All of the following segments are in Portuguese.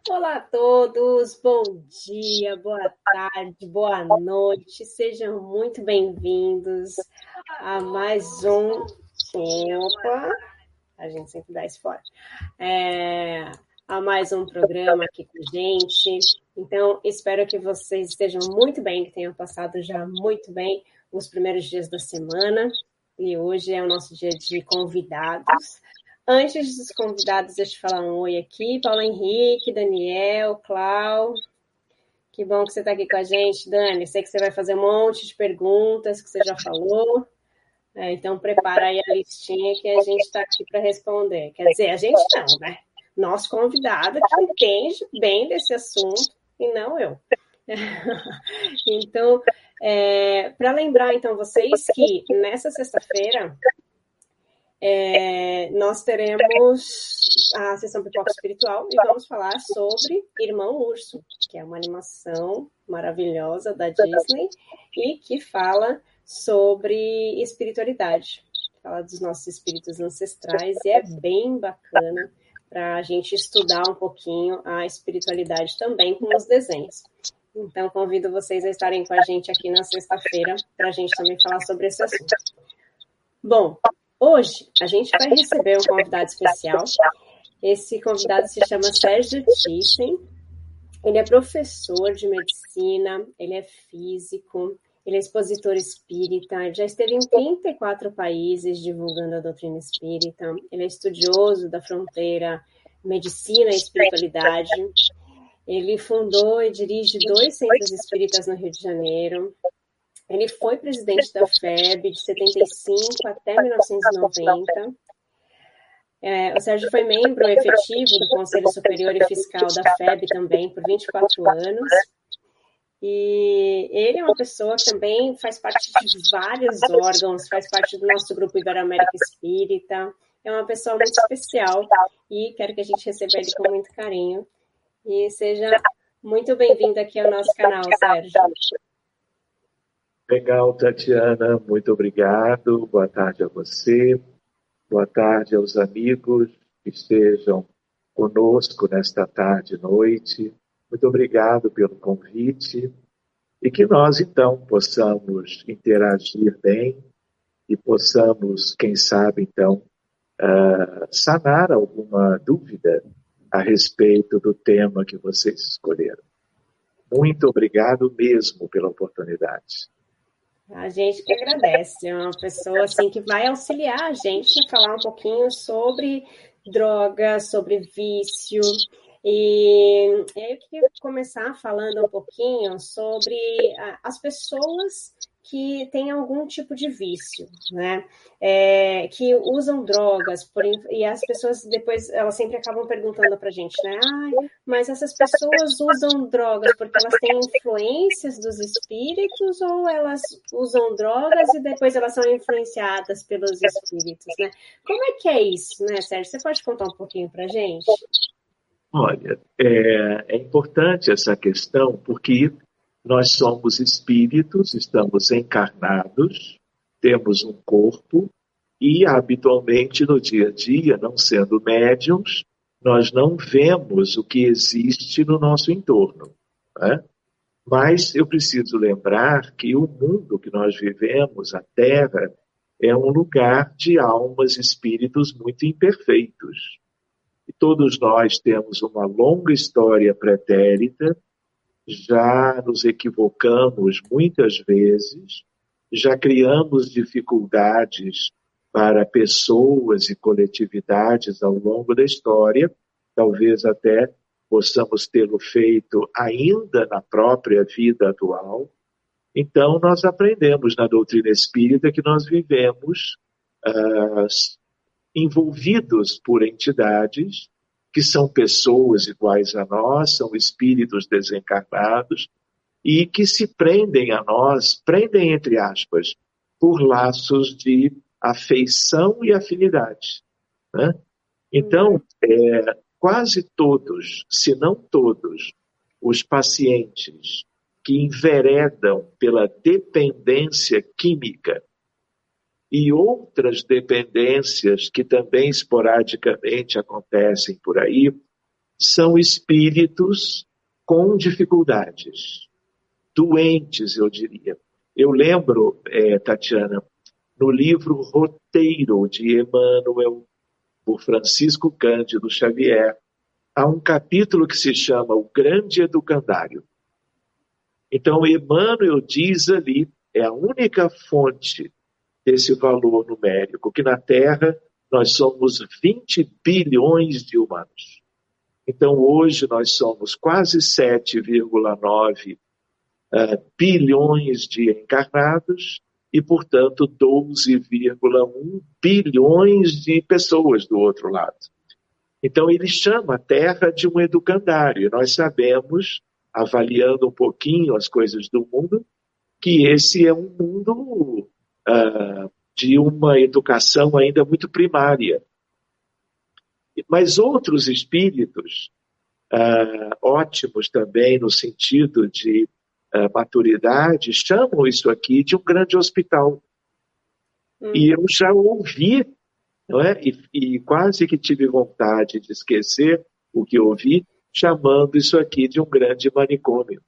Olá a todos, bom dia, boa tarde, boa noite, sejam muito bem-vindos a mais um. Opa, a gente sempre dá isso fora. A mais um programa aqui com a gente. Então, espero que vocês estejam muito bem, que tenham passado já muito bem os primeiros dias da semana. E hoje é o nosso dia de convidados. Antes dos convidados, deixa eu falar um oi aqui. Paulo Henrique, Daniel, Clau. Que bom que você está aqui com a gente, Dani. Sei que você vai fazer um monte de perguntas que você já falou. Então, prepara aí a listinha que a gente está aqui para responder. Quer dizer, a gente não, né? Nosso convidado que entende bem desse assunto e não eu. Então, para lembrar, então, vocês que nessa sexta-feira nós teremos a sessão Pipoca Espiritual e vamos falar sobre Irmão Urso, que é uma animação maravilhosa da Disney e que fala sobre espiritualidade, fala dos nossos espíritos ancestrais e é bem bacana para a gente estudar um pouquinho a espiritualidade também com os desenhos. Então, convido vocês a estarem com a gente aqui na sexta-feira para a gente também falar sobre esse assunto. Bom, hoje a gente vai receber um convidado especial. Esse convidado se chama Sérgio Thyssen. Ele é professor de medicina, ele é físico, ele é expositor espírita, ele já esteve em 34 países divulgando a doutrina espírita, ele é estudioso da fronteira medicina e espiritualidade, ele fundou e dirige 2 centros espíritas no Rio de Janeiro, ele foi presidente da FEB de 75 até 1990. O Sérgio foi membro efetivo do Conselho Superior e Fiscal da FEB também por 24 anos. E ele é uma pessoa que também faz parte de vários órgãos, faz parte do nosso grupo Iberoamérica Espírita. É uma pessoa muito especial e quero que a gente receba ele com muito carinho. E seja muito bem-vindo aqui ao nosso canal, Sérgio. Legal, Tatiana, muito obrigado. Boa tarde a você. Boa tarde aos amigos que estejam conosco nesta tarde e noite. Muito obrigado pelo convite e que nós, então, possamos interagir bem e possamos, quem sabe, então, sanar alguma dúvida a respeito do tema que vocês escolheram. Muito obrigado mesmo pela oportunidade. A gente que agradece, é uma pessoa assim que vai auxiliar a gente a falar um pouquinho sobre droga, sobre vício. E eu queria começar falando um pouquinho sobre as pessoas que têm algum tipo de vício, né? Que usam drogas, e as pessoas depois, elas sempre acabam perguntando pra gente, né? Mas essas pessoas usam drogas porque elas têm influências dos espíritos ou elas usam drogas e depois elas são influenciadas pelos espíritos, né? Como é que é isso, né, Sérgio? Você pode contar um pouquinho pra gente? Olha, é importante essa questão porque nós somos espíritos, estamos encarnados, temos um corpo e, habitualmente, no dia a dia, não sendo médiums, nós não vemos o que existe no nosso entorno, né? Mas eu preciso lembrar que o mundo que nós vivemos, a Terra, é um lugar de almas e espíritos muito imperfeitos. E todos nós temos uma longa história pretérita, já nos equivocamos muitas vezes, já criamos dificuldades para pessoas e coletividades ao longo da história, talvez até possamos tê-lo feito ainda na própria vida atual. Então, nós aprendemos na doutrina espírita que nós vivemos envolvidos por entidades que são pessoas iguais a nós, são espíritos desencarnados e que se prendem a nós, prendem entre aspas, por laços de afeição e afinidade, né? Então, quase todos, se não todos, os pacientes que enveredam pela dependência química e outras dependências que também esporadicamente acontecem por aí, são espíritos com dificuldades, doentes, eu diria. Eu lembro, Tatiana, no livro Roteiro de Emmanuel, por Francisco Cândido Xavier, há um capítulo que se chama O Grande Educandário. Então, Emmanuel diz ali, é a única fonte desse valor numérico, que na Terra nós somos 20 bilhões de humanos. Então, hoje nós somos quase 7,9 bilhões de encarnados e, portanto, 12,1 bilhões de pessoas do outro lado. Então, ele chama a Terra de um educandário. E nós sabemos, avaliando um pouquinho as coisas do mundo, que esse é um mundo de uma educação ainda muito primária. Mas outros espíritos, ótimos também no sentido de maturidade, chamam isso aqui de um grande hospital. E eu já ouvi, não é? E quase que tive vontade de esquecer o que ouvi, chamando isso aqui de um grande manicômio.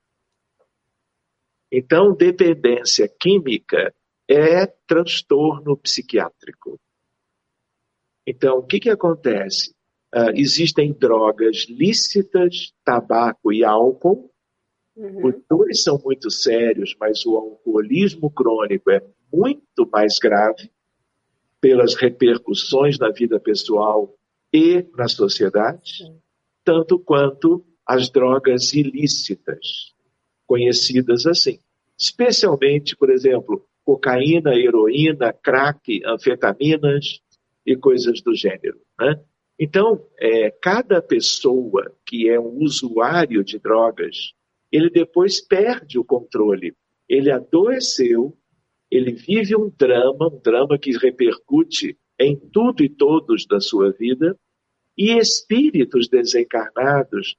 Então, dependência química é transtorno psiquiátrico. Então, o que acontece? Existem drogas lícitas, tabaco e álcool. Os dois são muito sérios, mas o alcoolismo crônico é muito mais grave pelas repercussões na vida pessoal e na sociedade, tanto quanto as drogas ilícitas, conhecidas assim. Especialmente, por exemplo, cocaína, heroína, crack, anfetaminas e coisas do gênero, né? Então, cada pessoa que é um usuário de drogas, ele depois perde o controle. Ele adoeceu, ele vive um drama que repercute em tudo e todos da sua vida, e espíritos desencarnados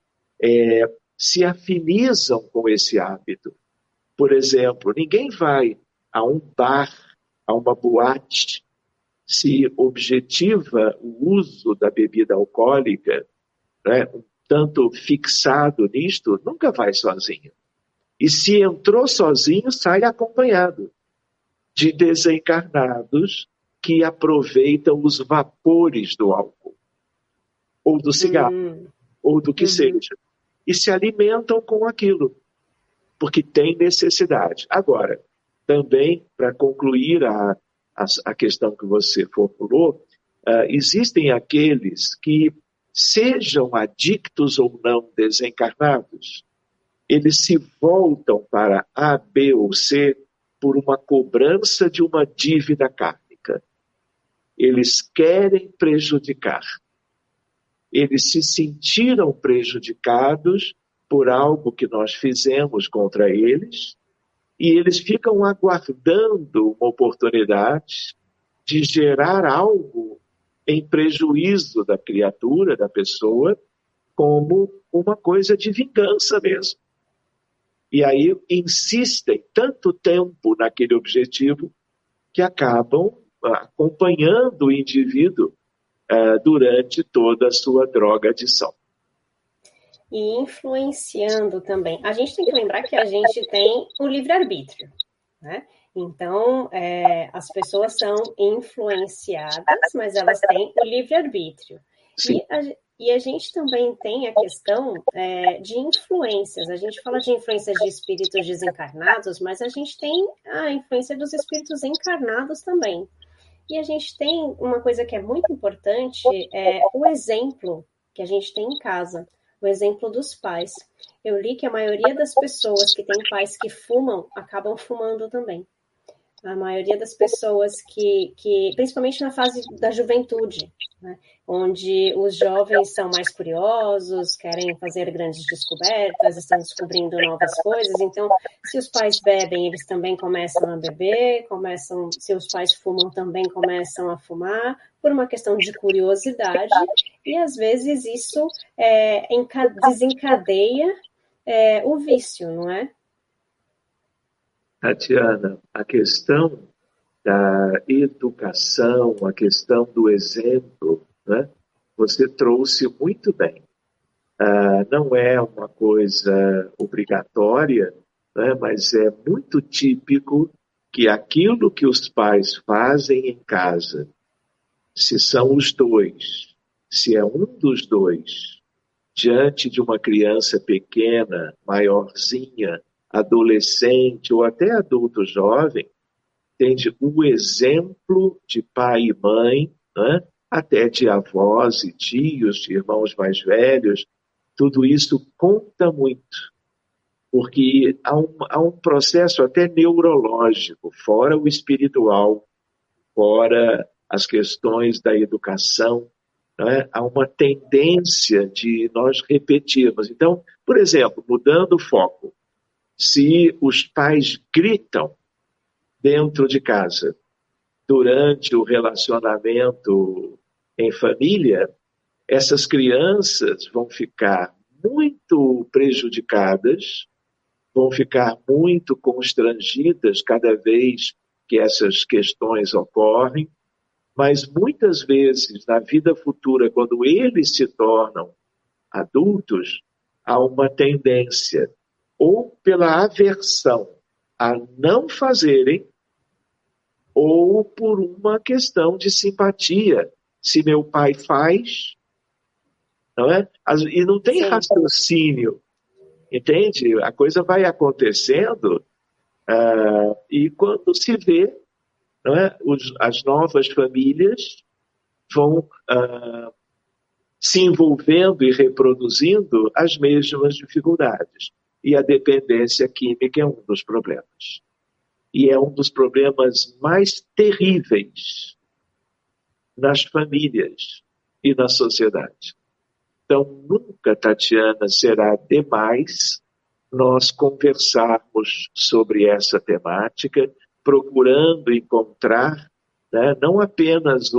se afinizam com esse hábito. Por exemplo, ninguém vai a um bar, a uma boate, se objetiva o uso da bebida alcoólica, né, um tanto fixado nisto, nunca vai sozinho. E se entrou sozinho, sai acompanhado de desencarnados que aproveitam os vapores do álcool, ou do cigarro, ou do que seja, e se alimentam com aquilo, porque tem necessidade. Agora, também, para concluir a questão que você formulou, existem aqueles que, sejam adictos ou não desencarnados, eles se voltam para A, B ou C por uma cobrança de uma dívida kármica. Eles querem prejudicar. Eles se sentiram prejudicados por algo que nós fizemos contra eles, e eles ficam aguardando uma oportunidade de gerar algo em prejuízo da criatura, da pessoa, como uma coisa de vingança mesmo. E aí insistem tanto tempo naquele objetivo que acabam acompanhando o indivíduo durante toda a sua drogadição. E influenciando também. A gente tem que lembrar que a gente tem o livre-arbítrio, né? Então, as pessoas são influenciadas, mas elas têm o livre-arbítrio. E a gente também tem a questão de influências. A gente fala de influências de espíritos desencarnados, mas a gente tem a influência dos espíritos encarnados também. E a gente tem uma coisa que é muito importante, o exemplo que a gente tem em casa, o exemplo dos pais. Eu li que a maioria das pessoas que têm pais que fumam, acabam fumando também. A maioria das pessoas que principalmente na fase da juventude, né, onde os jovens são mais curiosos, querem fazer grandes descobertas, estão descobrindo novas coisas. Então, se os pais bebem, eles também começam a beber, se os pais fumam, também começam a fumar, por uma questão de curiosidade, e às vezes isso desencadeia o vício, não é? Tatiana, a questão da educação, a questão do exemplo, né? Você trouxe muito bem. não é uma coisa obrigatória, né? Mas é muito típico que aquilo que os pais fazem em casa, se são os dois, se é um dos dois, diante de uma criança pequena, maiorzinha, adolescente ou até adulto jovem, entende? O exemplo de pai e mãe, né? Até de avós e tios, de irmãos mais velhos, tudo isso conta muito, porque há um processo até neurológico, fora o espiritual, fora as questões da educação, né? Há uma tendência de nós repetirmos. Então, por exemplo, mudando o foco, se os pais gritam dentro de casa durante o relacionamento em família, essas crianças vão ficar muito prejudicadas, vão ficar muito constrangidas cada vez que essas questões ocorrem, mas muitas vezes na vida futura, quando eles se tornam adultos, há uma tendência, ou pela aversão a não fazerem, ou por uma questão de simpatia. Se meu pai faz, não é? E não tem raciocínio, entende? A coisa vai acontecendo e quando se vê, não é? As novas famílias vão se envolvendo e reproduzindo as mesmas dificuldades. E a dependência química é um dos problemas. E é um dos problemas mais terríveis nas famílias e na sociedade. Então, nunca, Tatiana, será demais nós conversarmos sobre essa temática, procurando encontrar, né, não apenas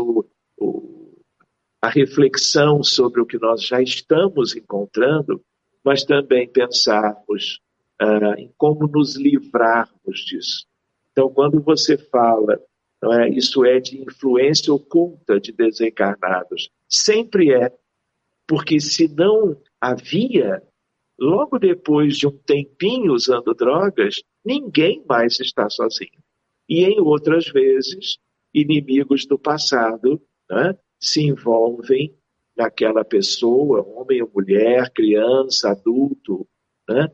a reflexão sobre o que nós já estamos encontrando, mas também pensarmos em como nos livrarmos disso. Então, quando você fala, não é, isso é de influência oculta de desencarnados, sempre é, porque se não havia, logo depois de um tempinho usando drogas, ninguém mais está sozinho. E em outras vezes, inimigos do passado, né, se envolvem naquela pessoa, homem ou mulher, criança, adulto, né,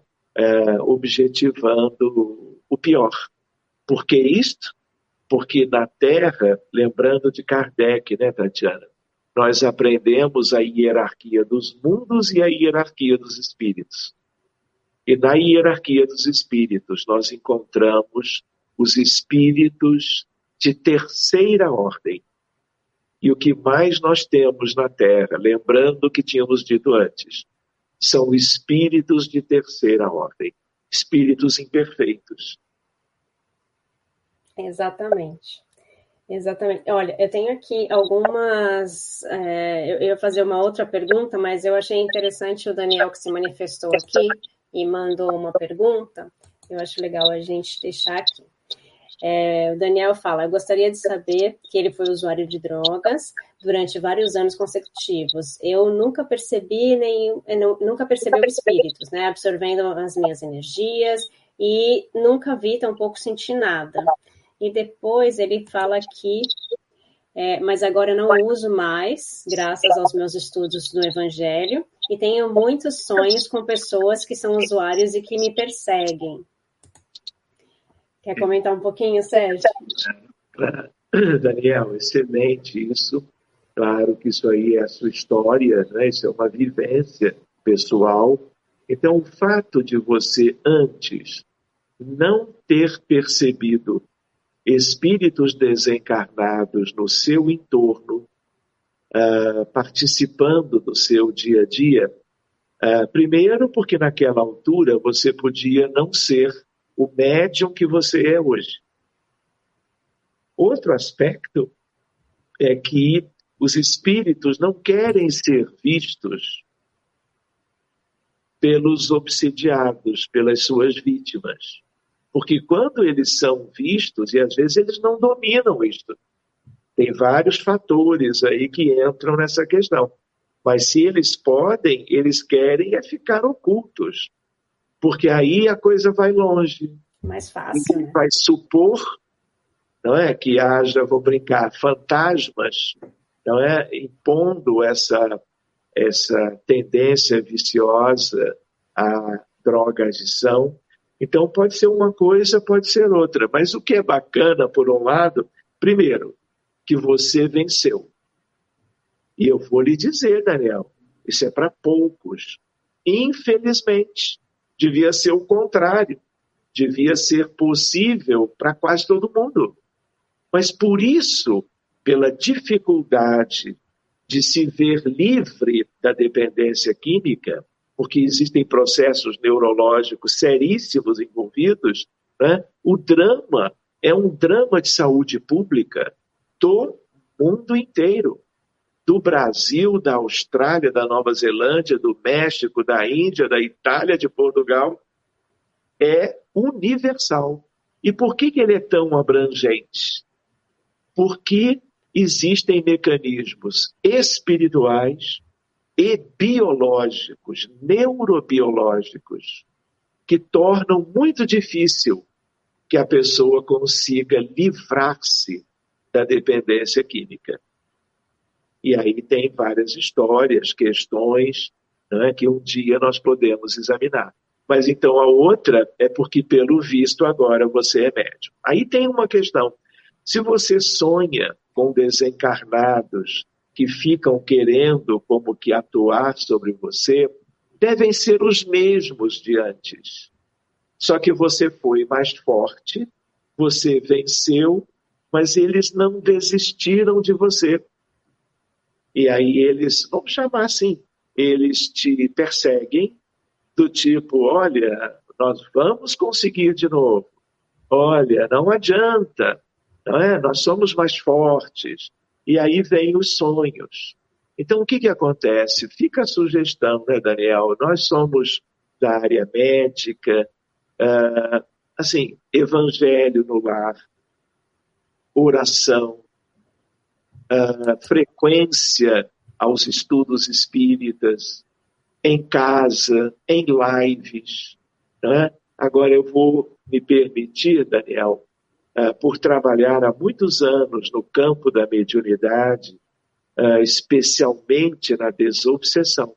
objetivando o pior. Por que isto? Porque na Terra, lembrando de Kardec, né, Tatiana, nós aprendemos a hierarquia dos mundos e a hierarquia dos espíritos. E na hierarquia dos espíritos, nós encontramos os espíritos de terceira ordem. E o que mais nós temos na Terra, lembrando o que tínhamos dito antes, são espíritos de terceira ordem, espíritos imperfeitos. Exatamente. Exatamente. Olha, eu tenho aqui algumas. Eu ia fazer uma outra pergunta, mas eu achei interessante o Daniel que se manifestou aqui e mandou uma pergunta. Eu acho legal a gente deixar aqui. O Daniel fala: eu gostaria de saber que ele foi usuário de drogas durante vários anos consecutivos. Eu nunca percebi nunca percebi espíritos, né, absorvendo as minhas energias e nunca vi, tampouco senti nada. E depois ele fala que, mas agora eu não uso mais, graças aos meus estudos no Evangelho, e tenho muitos sonhos com pessoas que são usuários e que me perseguem. Quer comentar um pouquinho, Sérgio? Daniel, excelente isso. Claro que isso aí é a sua história, né? Isso é uma vivência pessoal. Então, o fato de você antes não ter percebido espíritos desencarnados no seu entorno, participando do seu dia a dia, primeiro porque naquela altura você podia não ser o médium que você é hoje. Outro aspecto é que os espíritos não querem ser vistos pelos obsidiados, pelas suas vítimas. Porque quando eles são vistos, e às vezes eles não dominam isto, tem vários fatores aí que entram nessa questão. Mas se eles podem, eles querem é ficar ocultos, porque aí a coisa vai longe. Mais fácil, né? Vai supor, não é, que haja, vou brincar, fantasmas, não é, impondo essa tendência viciosa à drogadição. Então, pode ser uma coisa, pode ser outra. Mas o que é bacana, por um lado, primeiro, que você venceu. E eu vou lhe dizer, Daniel, isso é para poucos. Infelizmente, devia ser o contrário. Devia ser possível para quase todo mundo. Mas por isso, pela dificuldade de se ver livre da dependência química, porque existem processos neurológicos seríssimos envolvidos, né? O drama é um drama de saúde pública do mundo inteiro. Do Brasil, da Austrália, da Nova Zelândia, do México, da Índia, da Itália, de Portugal, é universal. E por que ele é tão abrangente? Porque existem mecanismos espirituais e biológicos, neurobiológicos, que tornam muito difícil que a pessoa consiga livrar-se da dependência química. E aí tem várias histórias, questões, né, que um dia nós podemos examinar. Mas então a outra é porque, pelo visto, agora você é médium. Aí tem uma questão. Se você sonha com desencarnados que ficam querendo como que atuar sobre você, devem ser os mesmos de antes. Só que você foi mais forte, você venceu, mas eles não desistiram de você. E aí eles, vamos chamar assim, eles te perseguem do tipo, olha, nós vamos conseguir de novo. Olha, não adianta, não é? Nós somos mais fortes. E aí vem os sonhos. Então, o que acontece? Fica a sugestão, né, Daniel? Nós somos da área médica, assim, evangelho no lar, oração, frequência aos estudos espíritas, em casa, em lives. Né? Agora, eu vou me permitir, Daniel, por trabalhar há muitos anos no campo da mediunidade, especialmente na desobsessão,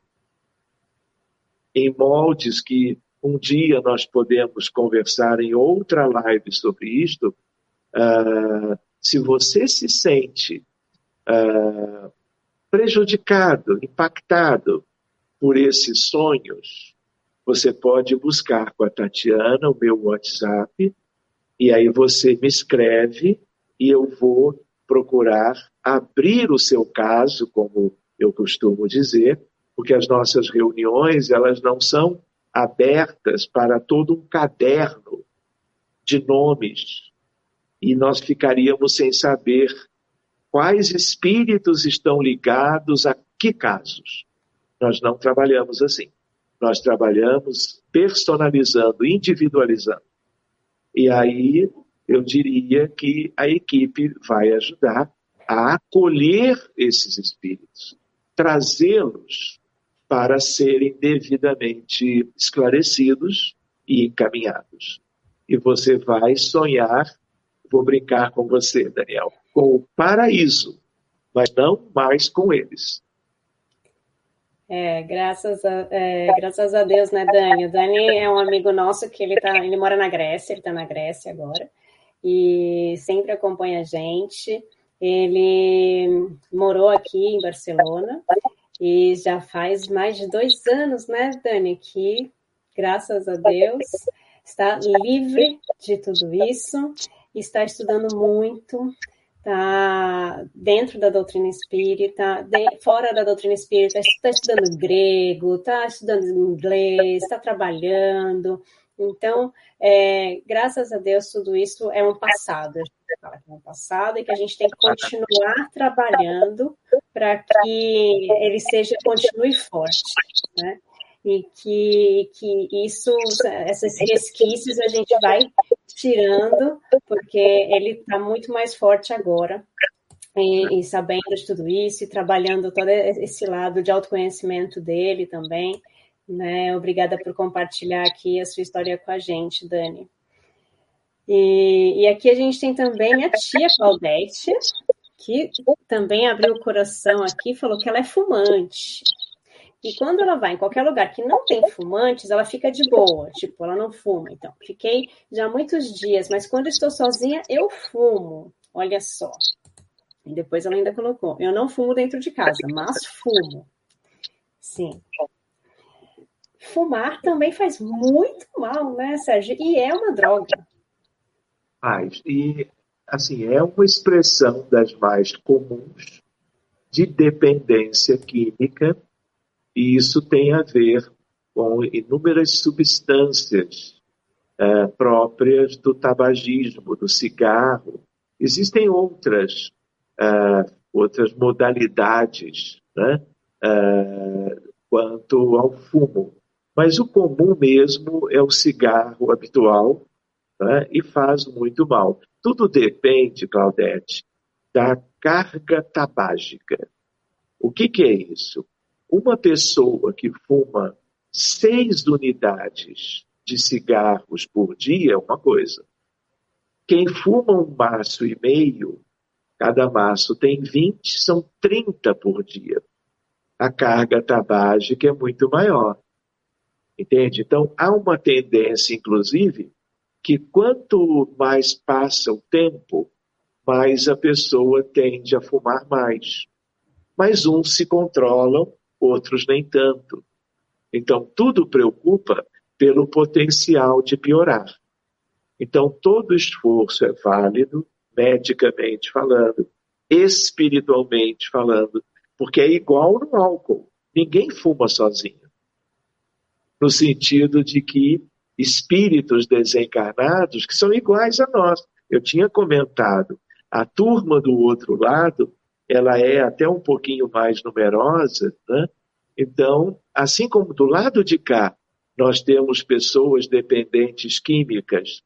em moldes que um dia nós podemos conversar em outra live sobre isto. Se você se sente prejudicado, impactado por esses sonhos, você pode buscar com a Tatiana o meu WhatsApp, e aí você me escreve e eu vou procurar abrir o seu caso, como eu costumo dizer, porque as nossas reuniões, elas não são abertas para todo um caderno de nomes, e nós ficaríamos sem saber quais espíritos estão ligados a que casos. Nós não trabalhamos assim. Nós trabalhamos personalizando, individualizando. E aí eu diria que a equipe vai ajudar a acolher esses espíritos, trazê-los para serem devidamente esclarecidos e encaminhados. E você vai sonhar, vou brincar com você, Daniel, com o paraíso, mas não mais com eles. Graças a Deus, né, Dani? O Dani é um amigo nosso que ele mora na Grécia, ele está na Grécia agora, e sempre acompanha a gente. Ele morou aqui em Barcelona e já faz mais de 2 anos, né, Dani, que, graças a Deus, está livre de tudo isso, está estudando muito, está dentro da doutrina espírita, fora da doutrina espírita, está estudando grego, está estudando inglês, está trabalhando. Então, graças a Deus, tudo isso é um passado. A gente fala que é um passado e que a gente tem que continuar trabalhando para que ele continue forte, né? E que esses resquícios a gente vai tirando, porque ele está muito mais forte agora. e sabendo de tudo isso, e trabalhando todo esse lado de autoconhecimento dele também, né? Obrigada por compartilhar aqui a sua história com a gente, Dani. E aqui a gente tem também a tia Claudete, que também abriu o coração aqui e falou que ela é fumante. E quando ela vai em qualquer lugar que não tem fumantes, ela fica de boa, tipo, ela não fuma. Então, fiquei já muitos dias, mas quando estou sozinha, eu fumo. Olha só. E depois ela ainda colocou, eu não fumo dentro de casa, mas fumo. Sim. Fumar também faz muito mal, né, Sérgio? E é uma droga. Faz. E, assim, é uma expressão das mais comuns de dependência química, e isso tem a ver com inúmeras substâncias próprias do tabagismo, do cigarro. Existem outras modalidades, né, quanto ao fumo. Mas o comum mesmo é o cigarro habitual, né, e faz muito mal. Tudo depende, Claudete, da carga tabágica. O que é isso? Uma pessoa que fuma 6 unidades de cigarros por dia é uma coisa. Quem fuma um maço e meio, cada maço tem 20, são 30 por dia. A carga tabágica é muito maior. Entende? Então, há uma tendência, inclusive, que quanto mais passa o tempo, mais a pessoa tende a fumar mais. Mas uns se controlam, outros nem tanto. Então, tudo preocupa pelo potencial de piorar. Então, todo esforço é válido, medicamente falando, espiritualmente falando, porque é igual no álcool. Ninguém fuma sozinho. No sentido de que espíritos desencarnados que são iguais a nós. Eu tinha comentado, a turma do outro lado, ela é até um pouquinho mais numerosa, né? Então, assim como do lado de cá, nós temos pessoas dependentes químicas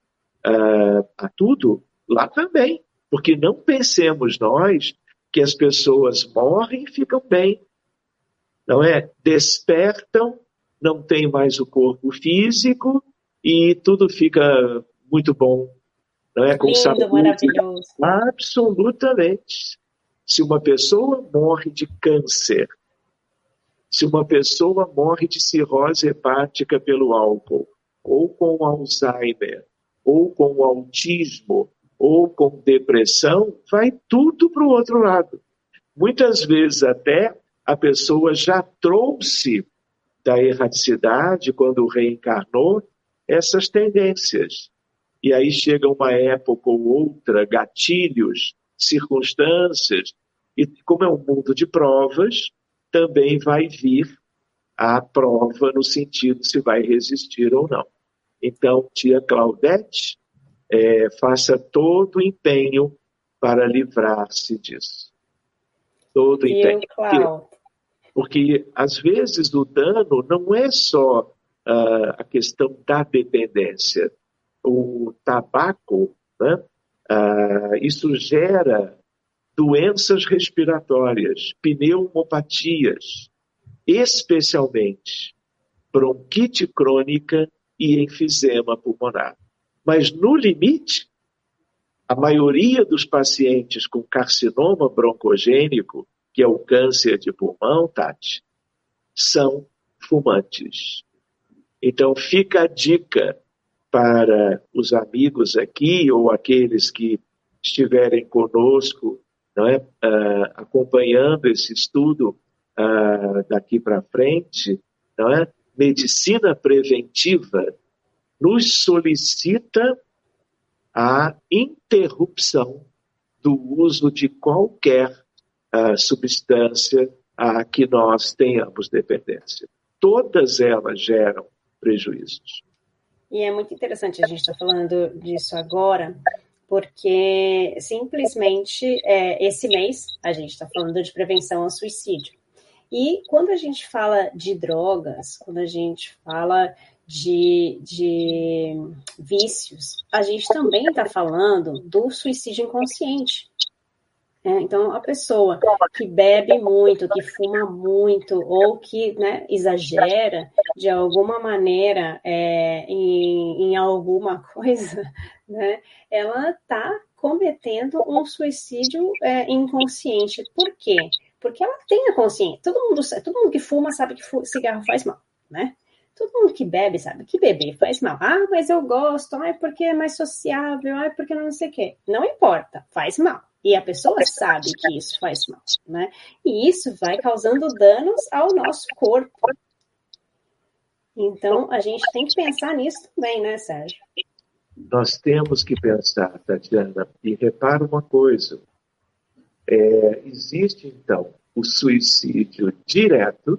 a tudo, lá também. Porque não pensemos nós que as pessoas morrem e ficam bem. Não é? Despertam, não tem mais o corpo físico e tudo fica muito bom. Não é? Com Lindo, saúde. maravilhoso. Absolutamente. Se uma pessoa morre de câncer, se uma pessoa morre de cirrose hepática pelo álcool, ou com Alzheimer, ou com autismo, ou com depressão, vai tudo para o outro lado. Muitas vezes até a pessoa já trouxe da erraticidade, quando reencarnou, essas tendências. E aí chega uma época ou outra, gatilhos, circunstâncias, e como é um mundo de provas, também vai vir a prova no sentido se vai resistir ou não. Então, tia Claudete, faça todo o empenho para livrar-se disso. Todo empenho. Viu, Cláudio? Porque, às vezes, o dano não é só a questão da dependência. O tabaco, né, isso gera doenças respiratórias, pneumopatias, especialmente bronquite crônica e enfisema pulmonar. Mas, no limite, a maioria dos pacientes com carcinoma broncogênico, que é o câncer de pulmão, Tati, são fumantes. Então, fica a dica para os amigos aqui ou aqueles que estiverem conosco, não é? Acompanhando esse estudo daqui para frente, não é? Medicina preventiva nos solicita a interrupção do uso de qualquer substância a que nós tenhamos dependência. Todas elas geram prejuízos. E é muito interessante a gente estar falando disso agora, porque simplesmente esse mês a gente está falando de prevenção ao suicídio. E quando a gente fala de drogas, quando a gente fala de vícios, a gente também está falando do suicídio inconsciente. Então, a pessoa que bebe muito, que fuma muito, ou que, né, exagera de alguma maneira em alguma coisa, né, ela está cometendo um suicídio inconsciente. Por quê? Porque ela tem a consciência. Todo mundo que fuma sabe que cigarro faz mal, né? Todo mundo que bebe sabe que beber faz mal. Ah, mas eu gosto. Ah, porque é mais sociável. Ah, porque não sei o quê. Não importa, faz mal. E a pessoa sabe que isso faz mal, né? E isso vai causando danos ao nosso corpo. Então, a gente tem que pensar nisso também, né, Sérgio? Nós temos que pensar, Tatiana, e repara uma coisa. Existe, então, o suicídio direto,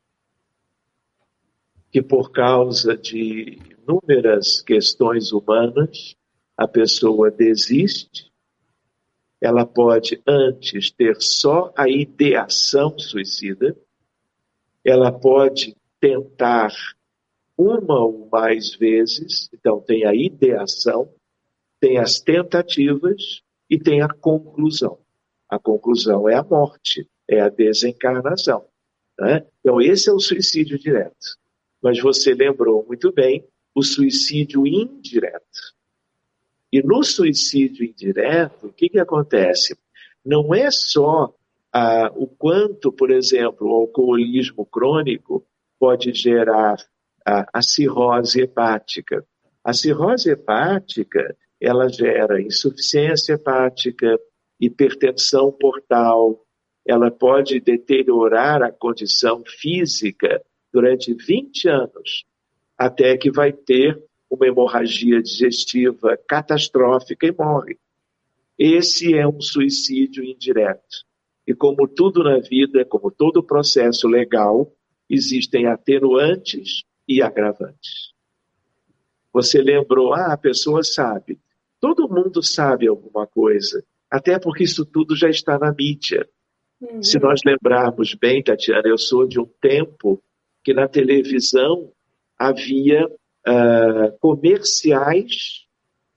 que por causa de inúmeras questões humanas, a pessoa desiste. Ela pode antes ter só a ideação suicida, ela pode tentar uma ou mais vezes, então tem a ideação, tem as tentativas e tem a conclusão. A conclusão é a morte, é a desencarnação, né? Então esse é o suicídio direto. Mas você lembrou muito bem o suicídio indireto. E no suicídio indireto, o que acontece? Não é só o quanto, por exemplo, o alcoolismo crônico pode gerar a cirrose hepática. A cirrose hepática, ela gera insuficiência hepática, hipertensão portal, ela pode deteriorar a condição física durante 20 anos, até que vai ter uma hemorragia digestiva catastrófica e morre. Esse é um suicídio indireto. E como tudo na vida, como todo processo legal, existem atenuantes e agravantes. Você lembrou, a pessoa sabe. Todo mundo sabe alguma coisa, até porque isso tudo já está na mídia. Uhum. Se nós lembrarmos bem, Tatiana, eu sou de um tempo que na televisão havia comerciais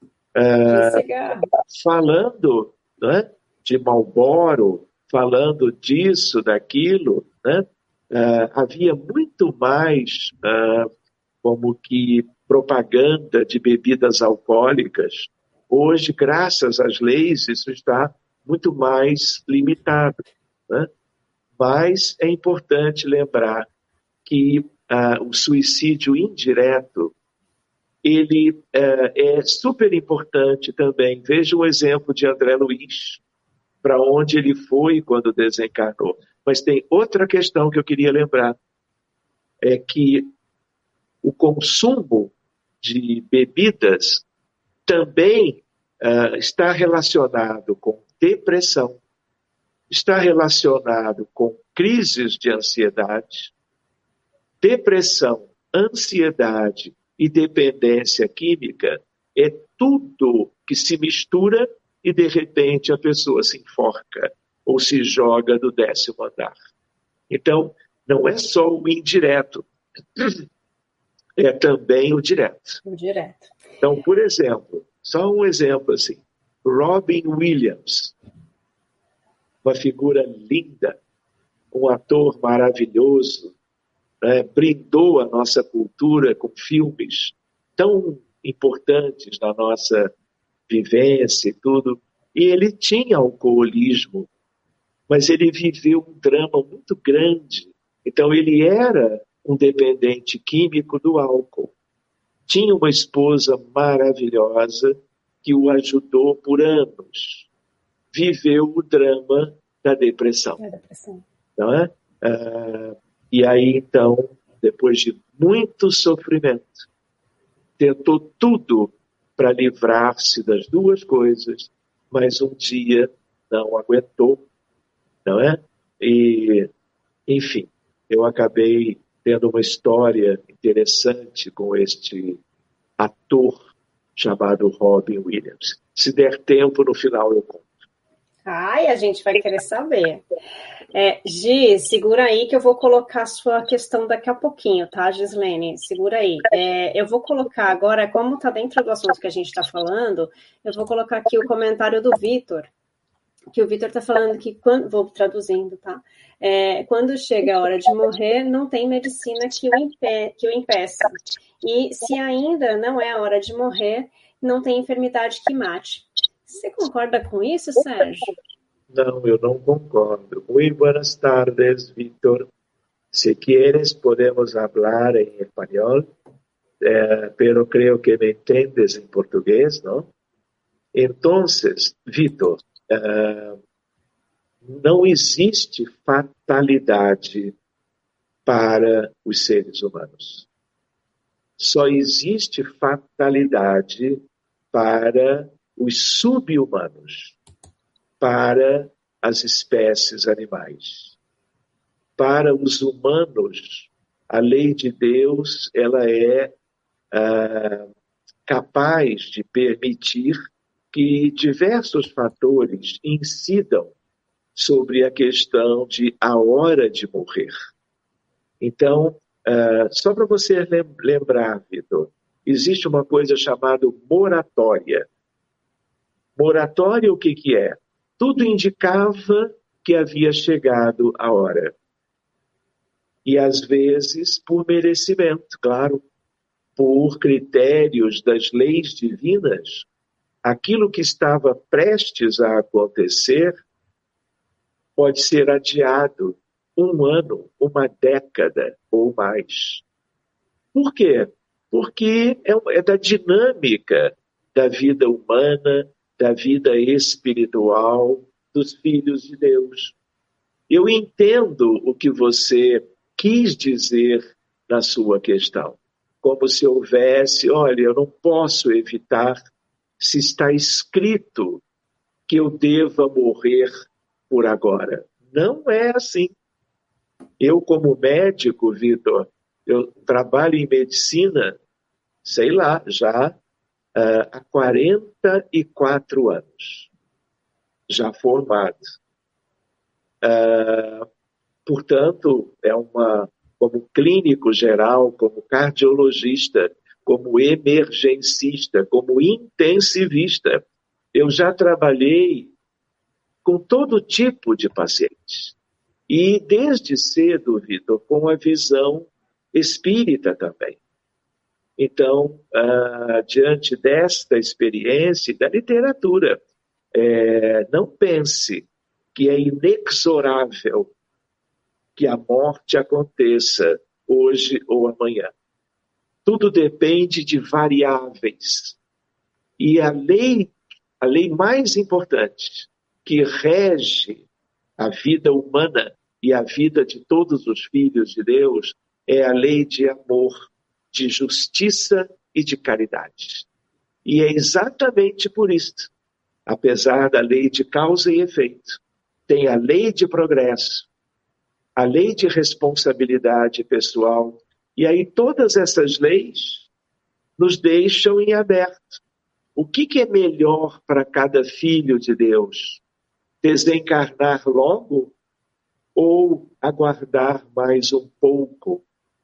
falando, né, de Marlboro, falando disso, daquilo, né? Havia muito mais como que propaganda de bebidas alcoólicas. Hoje, graças às leis, isso está muito mais limitado, né? Mas é importante lembrar que o suicídio indireto ele é super importante também. Veja o exemplo de André Luiz, para onde ele foi quando desencarnou. Mas tem outra questão que eu queria lembrar, é que o consumo de bebidas também está relacionado com depressão, está relacionado com crises de ansiedade, depressão, ansiedade e dependência química é tudo que se mistura e, de repente, a pessoa se enforca ou se joga do 10º andar. Então, não é só o indireto, é também o direto. O direto. Então, por exemplo, só um exemplo assim, Robin Williams, uma figura linda, um ator maravilhoso, brindou a nossa cultura com filmes tão importantes na nossa vivência e tudo. E ele tinha alcoolismo, mas ele viveu um drama muito grande. Então, ele era um dependente químico do álcool. Tinha uma esposa maravilhosa que o ajudou por anos. Viveu o drama da depressão. Não é? E aí, então, depois de muito sofrimento, tentou tudo para livrar-se das duas coisas, mas um dia não aguentou, não é? E, enfim, eu acabei tendo uma história interessante com este ator chamado Robin Williams. Se der tempo, no final eu conto. Ai, a gente vai querer saber. Gi, segura aí que eu vou colocar a sua questão daqui a pouquinho, tá, Gislene? Segura aí. Eu vou colocar agora, como está dentro do assunto que a gente está falando, eu vou colocar aqui o comentário do Vitor. que o Vitor está falando que, vou traduzindo, tá? Quando chega a hora de morrer, não tem medicina que o impeça. E se ainda não é a hora de morrer, não tem enfermidade que mate. Você concorda com isso, Sérgio? Não, eu não concordo. Muy buenas tardes, Víctor. Si quieres, podemos hablar en español, pero creo que me entiendes en portugués, ¿no? Entonces, Víctor, não existe fatalidade para os seres humanos. Só existe fatalidade para os sub-humanos, para as espécies animais. Para os humanos, a lei de Deus ela é capaz de permitir que diversos fatores incidam sobre a questão de a hora de morrer. Então, só para você lembrar, Vitor, existe uma coisa chamada moratória. Moratória, o que é? Tudo indicava que havia chegado a hora. E, às vezes, por merecimento, claro, por critérios das leis divinas, aquilo que estava prestes a acontecer pode ser adiado 1 ano, 1 década ou mais. Por quê? Porque é da dinâmica da vida humana, da vida espiritual dos filhos de Deus. Eu entendo o que você quis dizer na sua questão. Como se houvesse, olha, eu não posso evitar se está escrito que eu deva morrer por agora. Não é assim. Eu, como médico, Vitor, eu trabalho em medicina, sei lá, já há 44 anos, já formado. Portanto, como clínico geral, como cardiologista, como emergencista, como intensivista, eu já trabalhei com todo tipo de pacientes. E desde cedo, Vitor, com a visão espírita também. Então, diante desta experiência da literatura, não pense que é inexorável que a morte aconteça hoje ou amanhã. Tudo depende de variáveis. E a lei mais importante que rege a vida humana e a vida de todos os filhos de Deus é a lei de amor, de justiça e de caridade. E é exatamente por isso, apesar da lei de causa e efeito, tem a lei de progresso, a lei de responsabilidade pessoal, e aí todas essas leis nos deixam em aberto. O que é melhor para cada filho de Deus? Desencarnar logo ou aguardar mais um pouco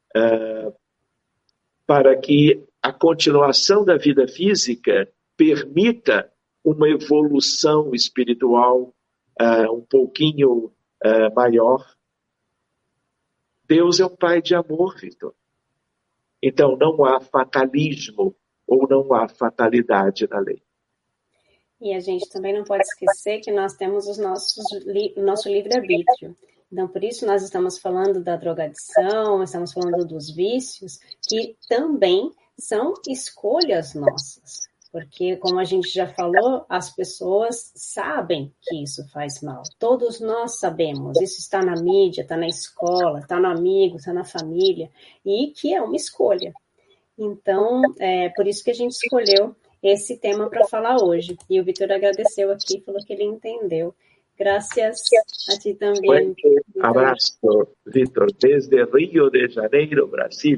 para que a continuação da vida física permita uma evolução espiritual um pouquinho maior? Deus é um Pai de amor, Vitor. Então não há fatalismo ou não há fatalidade na lei. E a gente também não pode esquecer que nós temos o nosso livre-arbítrio. Então, por isso nós estamos falando da drogadição, estamos falando dos vícios, que também são escolhas nossas. Porque, como a gente já falou, as pessoas sabem que isso faz mal. Todos nós sabemos. Isso está na mídia, está na escola, está no amigo, está na família. E que é uma escolha. Então, por isso que a gente escolheu esse tema para falar hoje. E o Vitor agradeceu aqui, falou que ele entendeu. Graças a ti também. Um abraço, Vitor, desde Rio de Janeiro, Brasil.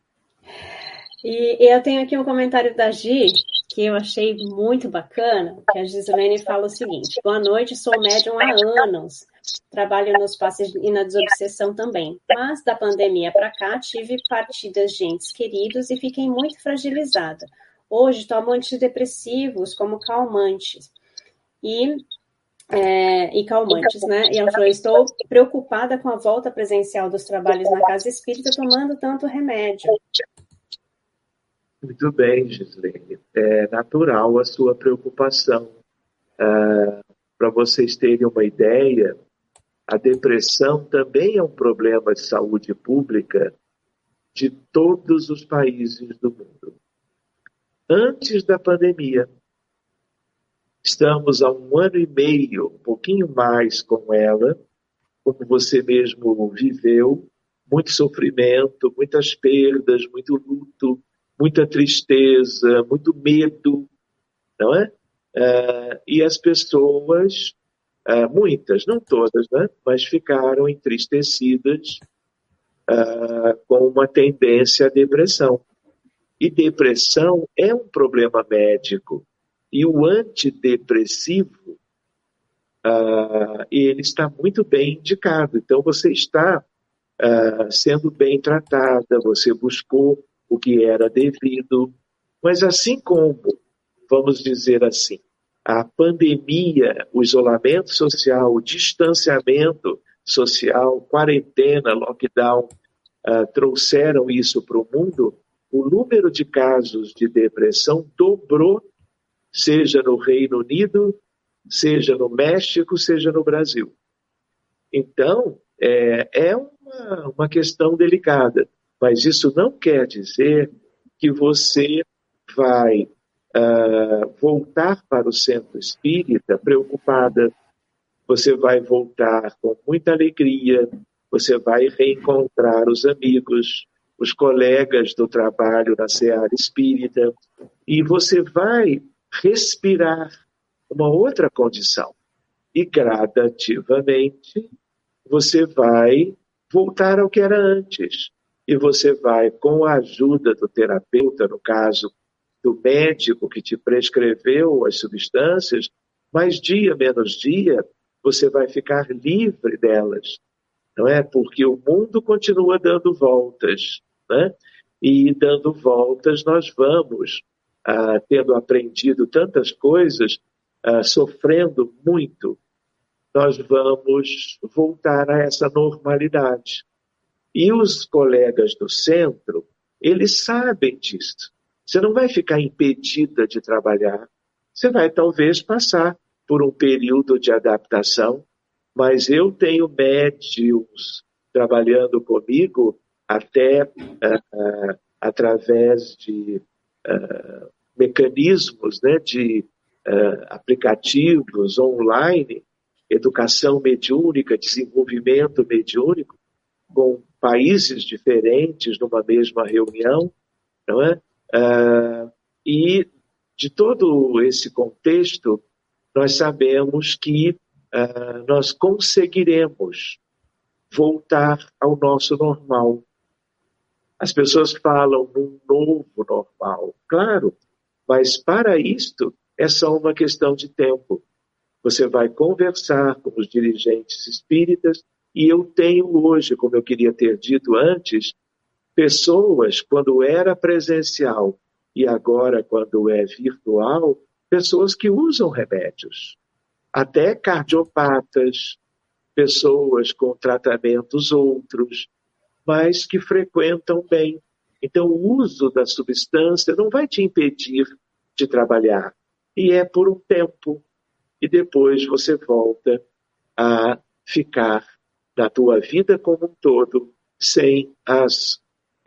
E eu tenho aqui um comentário da Gi, que eu achei muito bacana, que a Gislene fala o seguinte: boa noite, sou médium há anos, trabalho nos passes e na desobsessão também, mas da pandemia para cá tive partidas de entes queridos e fiquei muito fragilizada. Hoje tomo antidepressivos como calmantes e e calmantes, né? E ela falou, estou preocupada com a volta presencial dos trabalhos na casa espírita, tomando tanto remédio. Muito bem, Gislene. É natural a sua preocupação. Para vocês terem uma ideia, a depressão também é um problema de saúde pública de todos os países do mundo. Antes da pandemia, estamos há 1 ano e meio, um pouquinho mais com ela, como você mesmo viveu, muito sofrimento, muitas perdas, muito luto, muita tristeza, muito medo, não é? E as pessoas, muitas, não todas, né? Mas ficaram entristecidas com uma tendência à depressão. E depressão é um problema médico. E o antidepressivo, ele está muito bem indicado. Então, você está sendo bem tratada, você buscou o que era devido. Mas assim como, vamos dizer assim, a pandemia, o isolamento social, o distanciamento social, quarentena, lockdown, trouxeram isso para o mundo, o número de casos de depressão dobrou, seja no Reino Unido, seja no México, seja no Brasil. Então, é uma questão delicada, mas isso não quer dizer que você vai voltar para o centro espírita preocupada. Você vai voltar com muita alegria, você vai reencontrar os amigos, os colegas do trabalho na seara espírita, e você vai respirar uma outra condição. E gradativamente você vai voltar ao que era antes. E você vai, com a ajuda do terapeuta, no caso do médico que te prescreveu as substâncias, mais dia menos dia, você vai ficar livre delas, não é? Porque o mundo continua dando voltas, né? E dando voltas nós vamos, tendo aprendido tantas coisas, sofrendo muito, nós vamos voltar a essa normalidade. E os colegas do centro, eles sabem disso. Você não vai ficar impedida de trabalhar. Você vai talvez passar por um período de adaptação, mas eu tenho médiums trabalhando comigo até através de mecanismos, né, de aplicativos online, educação mediúnica, desenvolvimento mediúnico, com países diferentes numa mesma reunião, não é? E de todo esse contexto, nós sabemos que nós conseguiremos voltar ao nosso normal. As pessoas falam num novo normal, claro, mas para isto é só uma questão de tempo. Você vai conversar com os dirigentes espíritas e eu tenho hoje, como eu queria ter dito antes, pessoas, quando era presencial e agora quando é virtual, pessoas que usam remédios. Até cardiopatas, pessoas com tratamentos outros, mas que frequentam bem. Então, o uso da substância não vai te impedir de trabalhar. E é por um tempo. E depois você volta a ficar na tua vida como um todo sem as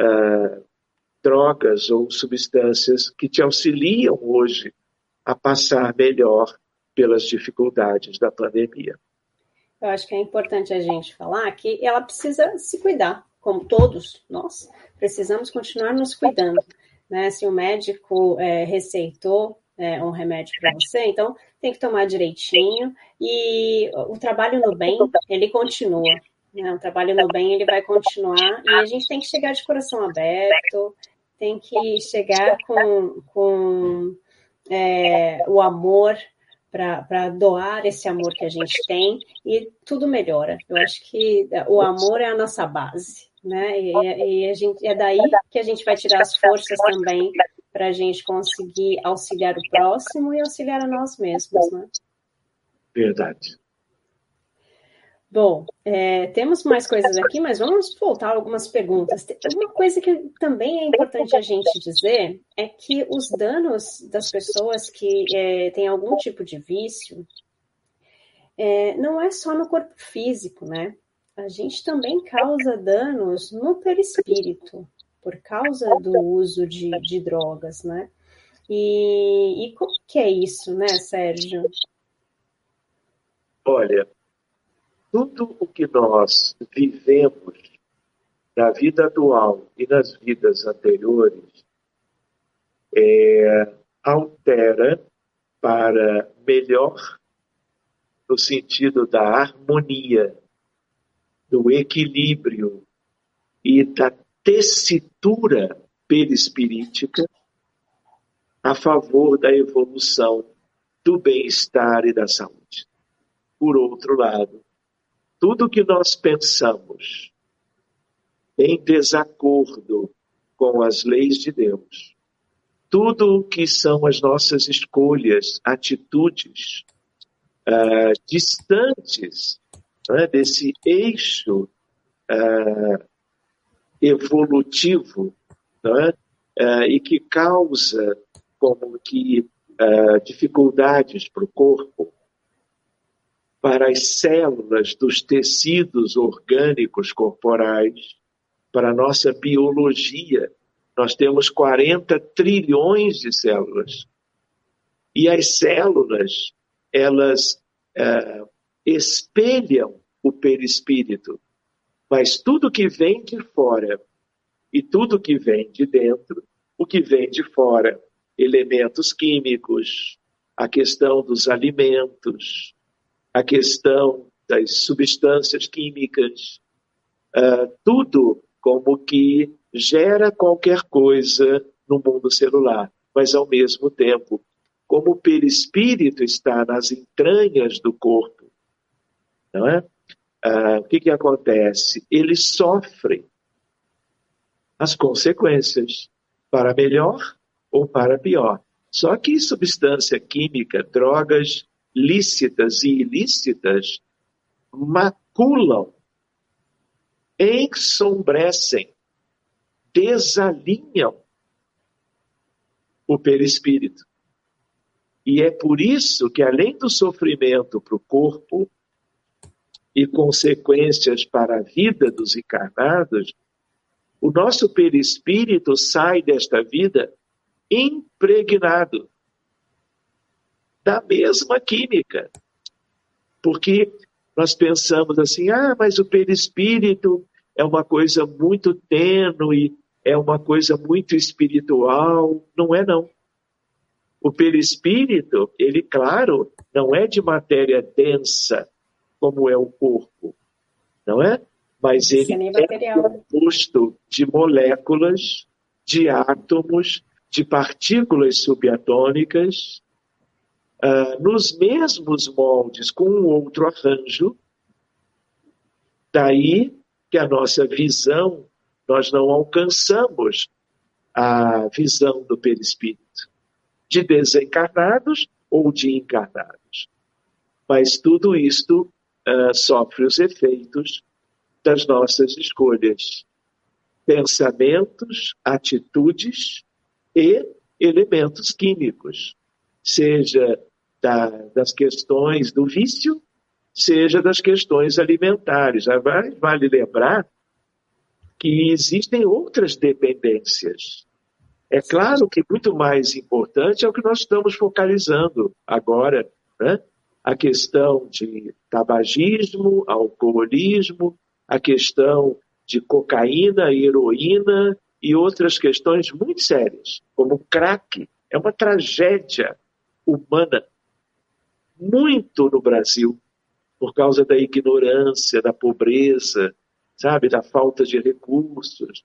drogas ou substâncias que te auxiliam hoje a passar melhor pelas dificuldades da pandemia. Eu acho que é importante a gente falar que ela precisa se cuidar, como todos nós precisamos continuar nos cuidando, né? Se o médico receitou um remédio para você, então tem que tomar direitinho, e o trabalho no bem, ele continua, né? O trabalho no bem, ele vai continuar, e a gente tem que chegar de coração aberto, tem que chegar com o amor, para doar esse amor que a gente tem, e tudo melhora. Eu acho que o amor é a nossa base, né? E a gente, é daí que a gente vai tirar as forças também para a gente conseguir auxiliar o próximo e auxiliar a nós mesmos, né? Verdade. Bom, temos mais coisas aqui, mas vamos voltar a algumas perguntas. Uma coisa que também é importante a gente dizer é que os danos das pessoas que têm algum tipo de vício não é só no corpo físico, né? A gente também causa danos no perispírito por causa do uso de drogas, né? E como que é isso, né, Sérgio? Olha, tudo o que nós vivemos na vida atual e nas vidas anteriores altera para melhor no sentido da harmonia, do equilíbrio e da tessitura perispirítica a favor da evolução do bem-estar e da saúde. Por outro lado, tudo que nós pensamos em desacordo com as leis de Deus, tudo o que são as nossas escolhas, atitudes distantes, né, desse eixo evolutivo, né, e que causa como que dificuldades para o corpo, para as células dos tecidos orgânicos corporais, para a nossa biologia. Nós temos 40 trilhões de células. E as células, elas espelham o perispírito. Mas tudo que vem de fora e tudo que vem de dentro, o que vem de fora, elementos químicos, a questão dos alimentos, a questão das substâncias químicas, tudo como que gera qualquer coisa no mundo celular, mas ao mesmo tempo, como o perispírito está nas entranhas do corpo, não é? O que acontece? Eles sofrem as consequências, para melhor ou para pior. Só que substância química, drogas lícitas e ilícitas, maculam, ensombrecem, desalinham o perispírito. E é por isso que, além do sofrimento para o corpo e consequências para a vida dos encarnados, o nosso perispírito sai desta vida impregnado da mesma química. Porque nós pensamos assim, mas o perispírito é uma coisa muito tênue, é uma coisa muito espiritual. Não é, não. O perispírito, ele, claro, não é de matéria densa, como é o corpo, não é? Mas ele é composto de moléculas, de átomos, de partículas subatômicas, nos mesmos moldes, com um outro arranjo. Daí que a nossa visão, nós não alcançamos a visão do perispírito, de desencarnados ou de encarnados. Mas tudo isto sofre os efeitos das nossas escolhas, pensamentos, atitudes e elementos químicos, seja das questões do vício, seja das questões alimentares. Vale lembrar que existem outras dependências. É claro que muito mais importante é o que nós estamos focalizando agora, né? A questão de tabagismo, alcoolismo, a questão de cocaína, heroína e outras questões muito sérias, como o crack. É uma tragédia humana, muito no Brasil, por causa da ignorância, da pobreza, sabe, da falta de recursos.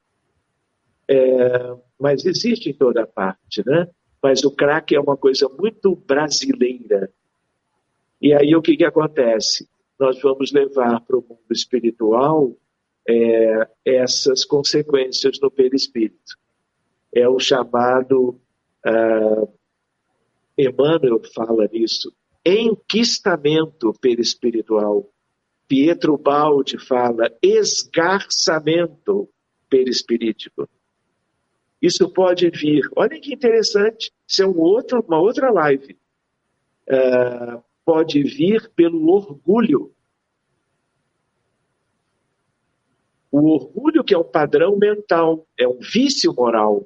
Mas existe em toda parte, né? Mas o crack é uma coisa muito brasileira. E aí o que acontece? Nós vamos levar para o mundo espiritual essas consequências no perispírito. É o chamado, Emmanuel fala nisso, enquistamento perispiritual. Pietro Baldi fala esgarçamento perispirítico. Isso pode vir, olha que interessante, isso é uma outra live. Pode vir pelo orgulho. O orgulho, que é um padrão mental, é um vício moral,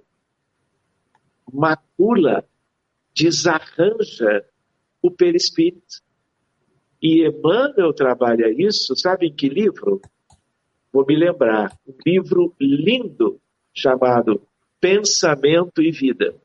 macula, desarranja o perispírito. E Emmanuel trabalha isso, sabe em que livro? Vou me lembrar, um livro lindo chamado Pensamento e Vida.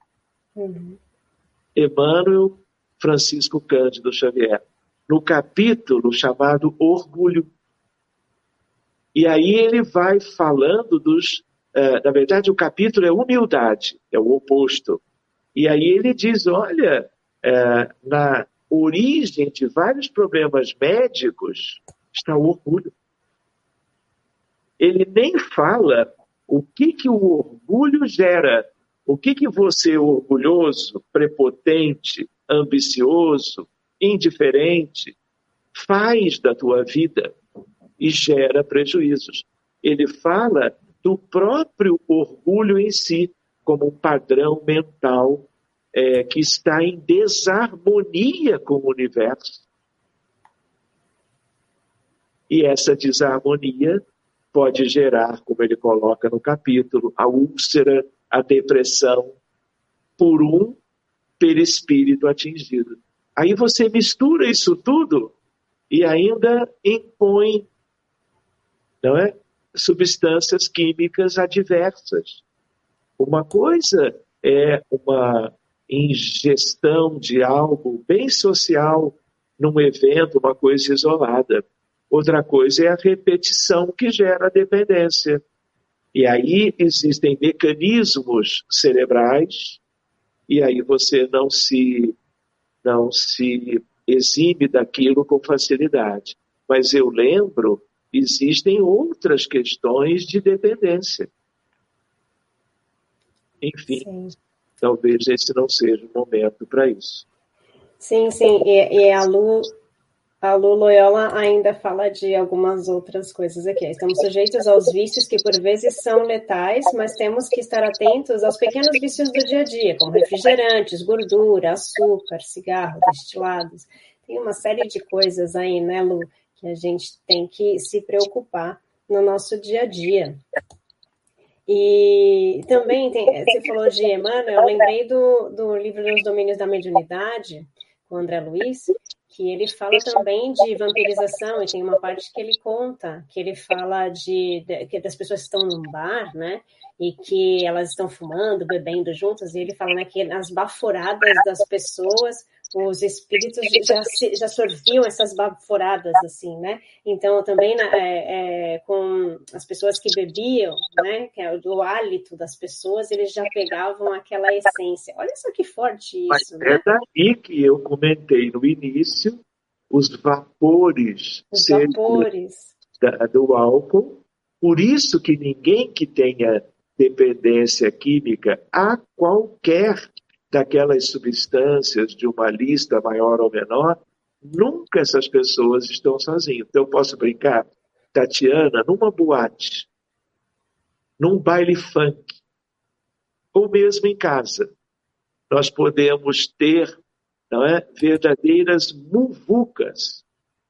Emmanuel Francisco Cândido Xavier, no capítulo chamado Orgulho. E aí ele vai falando na verdade o capítulo é humildade, é o oposto. E aí ele diz, olha, na origem de vários problemas médicos está o orgulho. Ele nem fala o que o orgulho gera, o que você orgulhoso, prepotente, ambicioso, indiferente, faz da tua vida e gera prejuízos. Ele fala do próprio orgulho em si, como um padrão mental que está em desarmonia com o universo. E essa desarmonia pode gerar, como ele coloca no capítulo, a úlcera, a depressão, por um perispírito atingido. Aí você mistura isso tudo e ainda impõe, não é, substâncias químicas adversas. Uma coisa é uma ingestão de algo bem social num evento, uma coisa isolada. Outra coisa é a repetição que gera dependência. E aí existem mecanismos cerebrais e aí você não se exime daquilo com facilidade. Mas eu lembro, existem outras questões de dependência. Enfim, sim. Talvez esse não seja o momento para isso. Sim, sim. E a Lu Loyola ainda fala de algumas outras coisas aqui. Estamos sujeitos aos vícios que por vezes são letais, mas temos que estar atentos aos pequenos vícios do dia a dia, como refrigerantes, gordura, açúcar, cigarro, destilados. Tem uma série de coisas aí, né, Lu, que a gente tem que se preocupar no nosso dia a dia. E também, você falou de Emmanuel, eu lembrei do livro Dos Domínios da Mediunidade, com o André Luiz, que ele fala também de vampirização, e tem uma parte que ele conta, que ele fala que das pessoas que estão num bar, né, e que elas estão fumando, bebendo juntas, e ele fala, né, que nas baforadas das pessoas, os espíritos já sorviam essas baforadas, assim, né, então também com as pessoas que bebiam, né, que é o hálito das pessoas, eles já pegavam aquela essência. Olha só que forte isso, né? É daí que eu comentei no início os vapores, do álcool. Por isso que ninguém que tenha dependência química a qualquer daquelas substâncias de uma lista maior ou menor, nunca essas pessoas estão sozinhas. Então eu posso brincar, Tatiana, numa boate, num baile funk, ou mesmo em casa, nós podemos ter, não é, verdadeiras muvucas.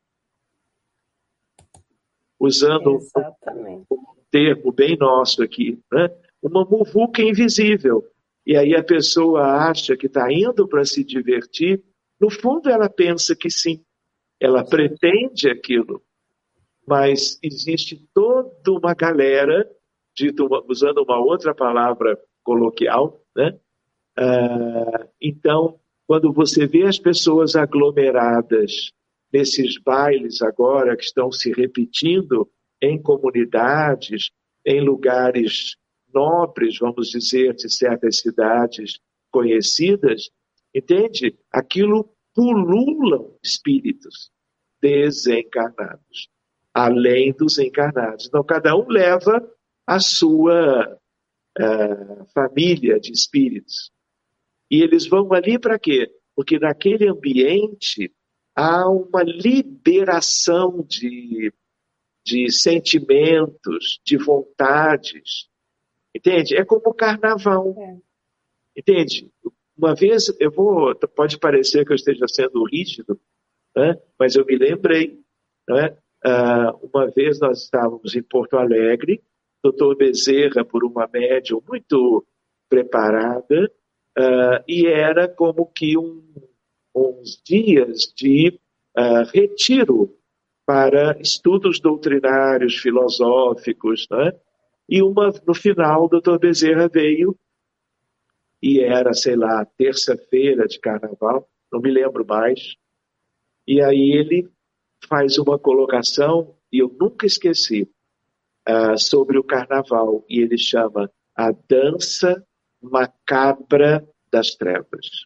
Usando um termo bem nosso aqui, né? Uma muvuca invisível. E aí a pessoa acha que está indo para se divertir, no fundo ela pensa que sim, ela pretende aquilo, mas existe toda uma galera, usando uma outra palavra coloquial, né? Então, quando você vê as pessoas aglomeradas nesses bailes agora que estão se repetindo em comunidades, em lugares nobres, vamos dizer, de certas cidades conhecidas, entende? Aquilo pululam espíritos desencarnados, além dos encarnados. Então, cada um leva a sua família de espíritos. E eles vão ali para quê? Porque naquele ambiente há uma liberação de sentimentos, de vontades. Entende? É como o carnaval. Entende? Uma vez, pode parecer que eu esteja sendo rígido, né? Mas eu me lembrei, né? Uma vez nós estávamos em Porto Alegre, doutor Bezerra, por uma médium muito preparada, e era como que uns dias de retiro para estudos doutrinários, filosóficos, né? E no final, o doutor Bezerra veio, e era, sei lá, terça-feira de carnaval, não me lembro mais, e aí ele faz uma colocação, e eu nunca esqueci, sobre o carnaval, e ele chama a dança macabra das trevas.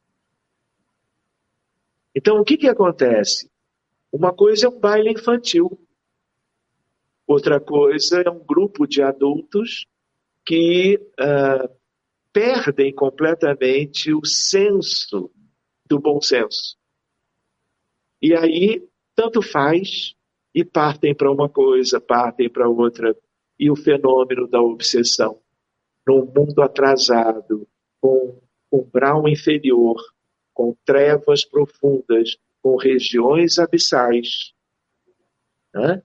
Então, o que acontece? Uma coisa é um baile infantil, outra coisa é um grupo de adultos que perdem completamente o senso do bom senso. E aí, tanto faz, e partem para uma coisa, partem para outra. E o fenômeno da obsessão, num mundo atrasado, com grau inferior, com trevas profundas, com regiões abissais, né?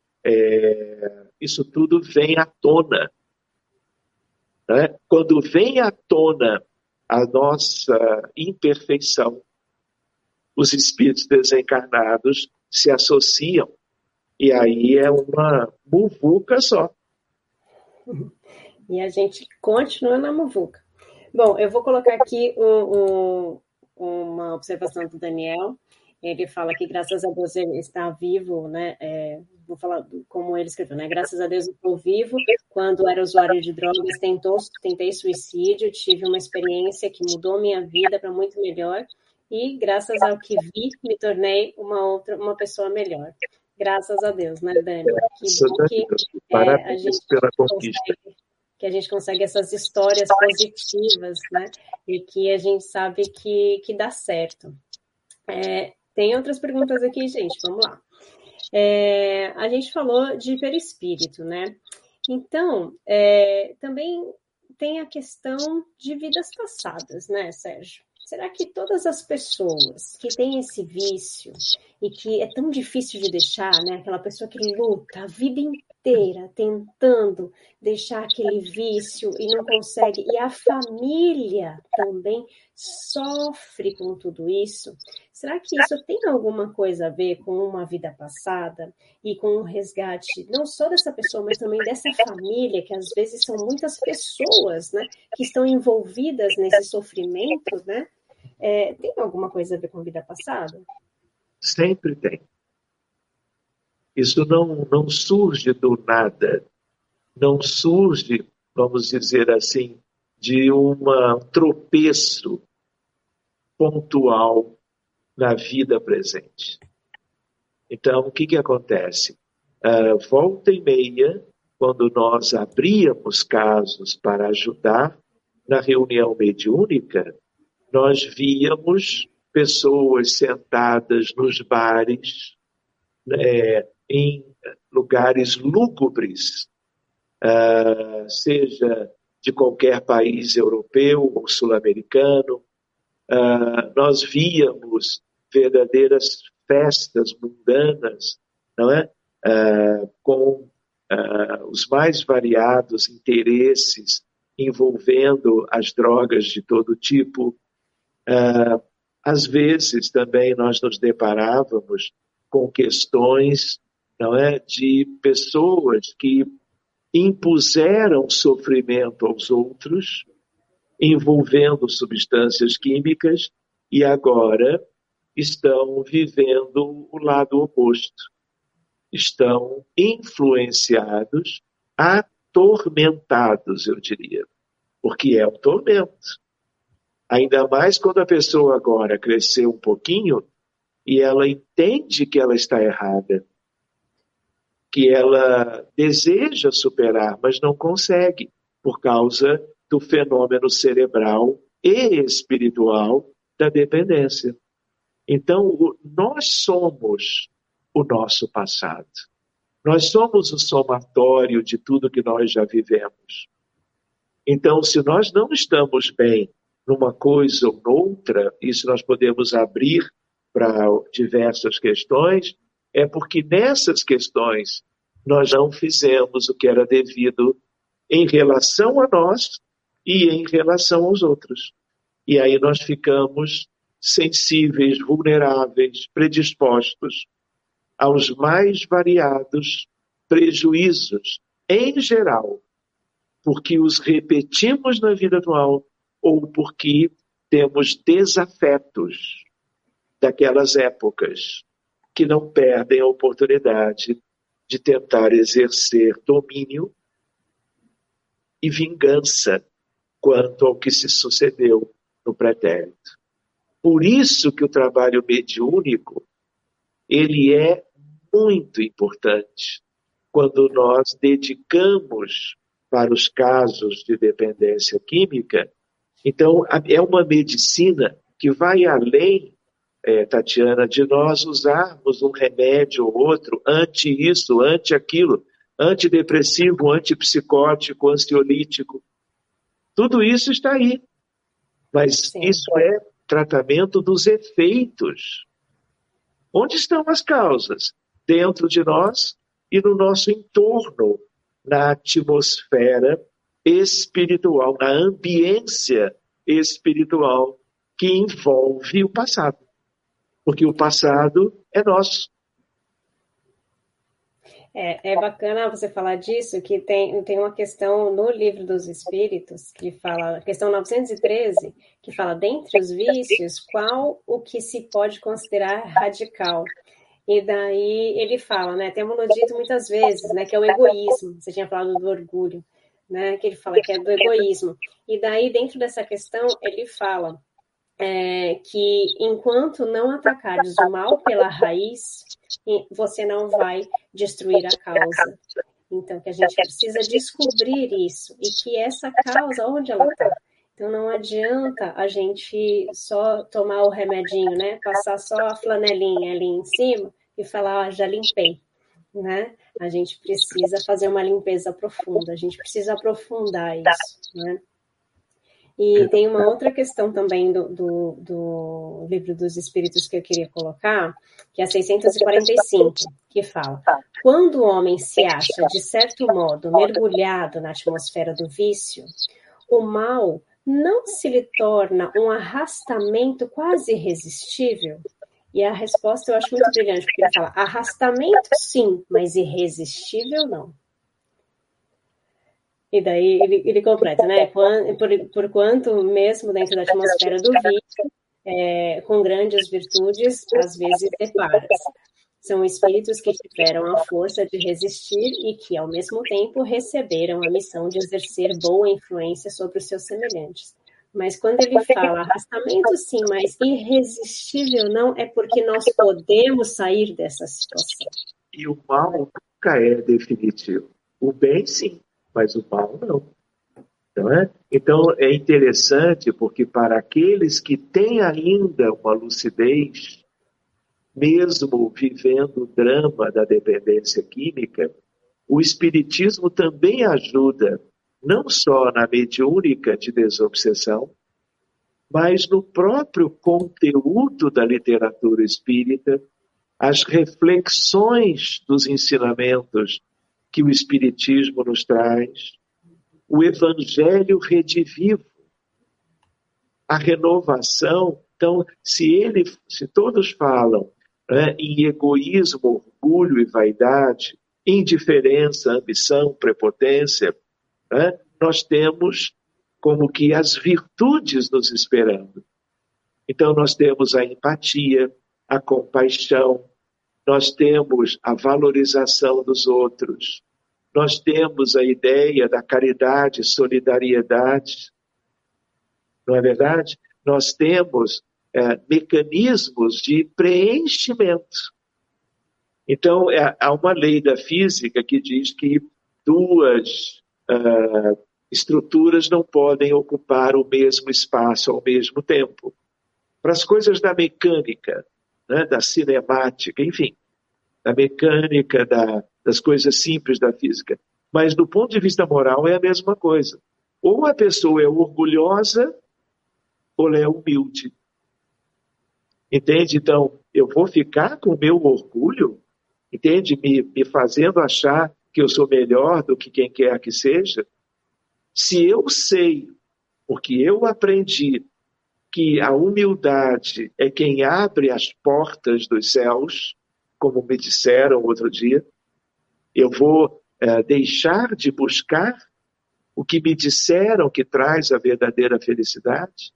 Isso tudo vem à tona. Né? Quando vem à tona a nossa imperfeição, os espíritos desencarnados se associam. E aí é uma muvuca só. E a gente continua na muvuca. Bom, eu vou colocar aqui uma observação do Daniel. Ele fala que, graças a Deus, ele está vivo, né? Vou falar como ele escreveu, né? Graças a Deus, eu estou vivo. Quando era usuário de drogas, tentei suicídio, tive uma experiência que mudou minha vida para muito melhor. E, graças ao que vi, me tornei uma pessoa melhor. Graças a Deus, né, Dani? Que bom que parabéns pela conquista. Que a gente consegue essas histórias positivas, né? E que a gente sabe que dá certo. Tem outras perguntas aqui, gente, vamos lá. A gente falou de perispírito, né? Então, também tem a questão de vidas passadas, né, Sérgio? Será que todas as pessoas que têm esse vício e que é tão difícil de deixar, né? Aquela pessoa que luta a vida inteira tentando deixar aquele vício e não consegue, e a família também sofre com tudo isso. Será que isso tem alguma coisa a ver com uma vida passada e com um resgate, não só dessa pessoa, mas também dessa família, que às vezes são muitas pessoas, né, que estão envolvidas nesse sofrimento, né? Tem alguma coisa a ver com a vida passada? Sempre tem. Isso não surge do nada, não surge, vamos dizer assim, de um tropeço pontual na vida presente. Então, o que acontece? Volta e meia, quando nós abríamos casos para ajudar na reunião mediúnica, nós víamos pessoas sentadas nos bares, em lugares lúgubres, seja de qualquer país europeu ou sul-americano. Nós víamos verdadeiras festas mundanas, não é? Com os mais variados interesses envolvendo as drogas de todo tipo. Às vezes também nós nos deparávamos com questões, não é, de pessoas que impuseram sofrimento aos outros, envolvendo substâncias químicas, e agora estão vivendo o lado oposto. Estão influenciados, atormentados, eu diria, porque é um tormento. Ainda mais quando a pessoa agora cresceu um pouquinho e ela entende que ela está errada, que ela deseja superar, mas não consegue, por causa do fenômeno cerebral e espiritual da dependência. Então, nós somos o nosso passado. Nós somos o somatório de tudo que nós já vivemos. Então, se nós não estamos bem numa coisa ou noutra, isso nós podemos abrir para diversas questões, é porque nessas questões nós não fizemos o que era devido em relação a nós e em relação aos outros. E aí nós ficamos sensíveis, vulneráveis, predispostos aos mais variados prejuízos, em geral, porque os repetimos na vida atual ou porque temos desafetos daquelas épocas que não perdem a oportunidade de tentar exercer domínio e vingança quanto ao que se sucedeu no pretérito. Por isso que o trabalho mediúnico, ele é muito importante quando nós dedicamos para os casos de dependência química. Então, é uma medicina que vai além, Tatiana, de nós usarmos um remédio ou outro anti isso, anti aquilo, antidepressivo, antipsicótico, ansiolítico. Tudo isso está aí. Mas Sim. Isso é tratamento dos efeitos. Onde estão as causas? Dentro de nós e no nosso entorno, na atmosfera espiritual, na ambiência espiritual que envolve o passado. Porque o passado é nosso. É bacana você falar disso, que tem uma questão no Livro dos Espíritos, que fala, questão 913, que fala, dentre os vícios, qual o que se pode considerar radical? E daí ele fala, né, temos dito muitas vezes, né, que é o egoísmo. Você tinha falado do orgulho, né, que ele fala que é do egoísmo. E daí, dentro dessa questão, ele fala que enquanto não atacares o mal pela raiz, você não vai destruir a causa. Então, que a gente precisa descobrir isso, e que essa causa, onde ela está? Então, não adianta a gente só tomar o remedinho, né? Passar só a flanelinha ali em cima e falar, já limpei, né? A gente precisa fazer uma limpeza profunda, a gente precisa aprofundar isso, né? E tem uma outra questão também do Livro dos Espíritos que eu queria colocar, que é a 645, que fala, quando o homem se acha, de certo modo, mergulhado na atmosfera do vício, o mal não se lhe torna um arrastamento quase irresistível? E a resposta eu acho muito brilhante, porque ele fala, arrastamento sim, mas irresistível não. E daí ele completa, né? Por quanto, mesmo dentro da atmosfera do vício, com grandes virtudes, às vezes deparas. São espíritos que tiveram a força de resistir e que, ao mesmo tempo, receberam a missão de exercer boa influência sobre os seus semelhantes. Mas quando ele fala arrastamento sim, mas irresistível não, é porque nós podemos sair dessa situação. E o mal nunca é definitivo. O bem sim, mas o mal não. Não é? Então é interessante porque para aqueles que têm ainda uma lucidez, mesmo vivendo o drama da dependência química, o Espiritismo também ajuda, não só na mediúnica de desobsessão, mas no próprio conteúdo da literatura espírita, as reflexões dos ensinamentos que o Espiritismo nos traz, o Evangelho redivivo, a renovação. Então, se todos falam, né, em egoísmo, orgulho e vaidade, indiferença, ambição, prepotência, né, nós temos como que as virtudes nos esperando. Então, nós temos a empatia, a compaixão, nós temos a valorização dos outros, nós temos a ideia da caridade, solidariedade, não é verdade? Nós temos mecanismos de preenchimento. Então, há uma lei da física que diz que duas estruturas não podem ocupar o mesmo espaço ao mesmo tempo. Para as coisas da mecânica, né, da cinemática, enfim, da mecânica, das coisas simples da física. Mas do ponto de vista moral é a mesma coisa. Ou a pessoa é orgulhosa ou ela é humilde. Entende? Então, eu vou ficar com o meu orgulho, entende? Me fazendo achar que eu sou melhor do que quem quer que seja. Se eu sei, porque eu aprendi que a humildade é quem abre as portas dos céus, como me disseram outro dia, eu vou deixar de buscar o que me disseram que traz a verdadeira felicidade.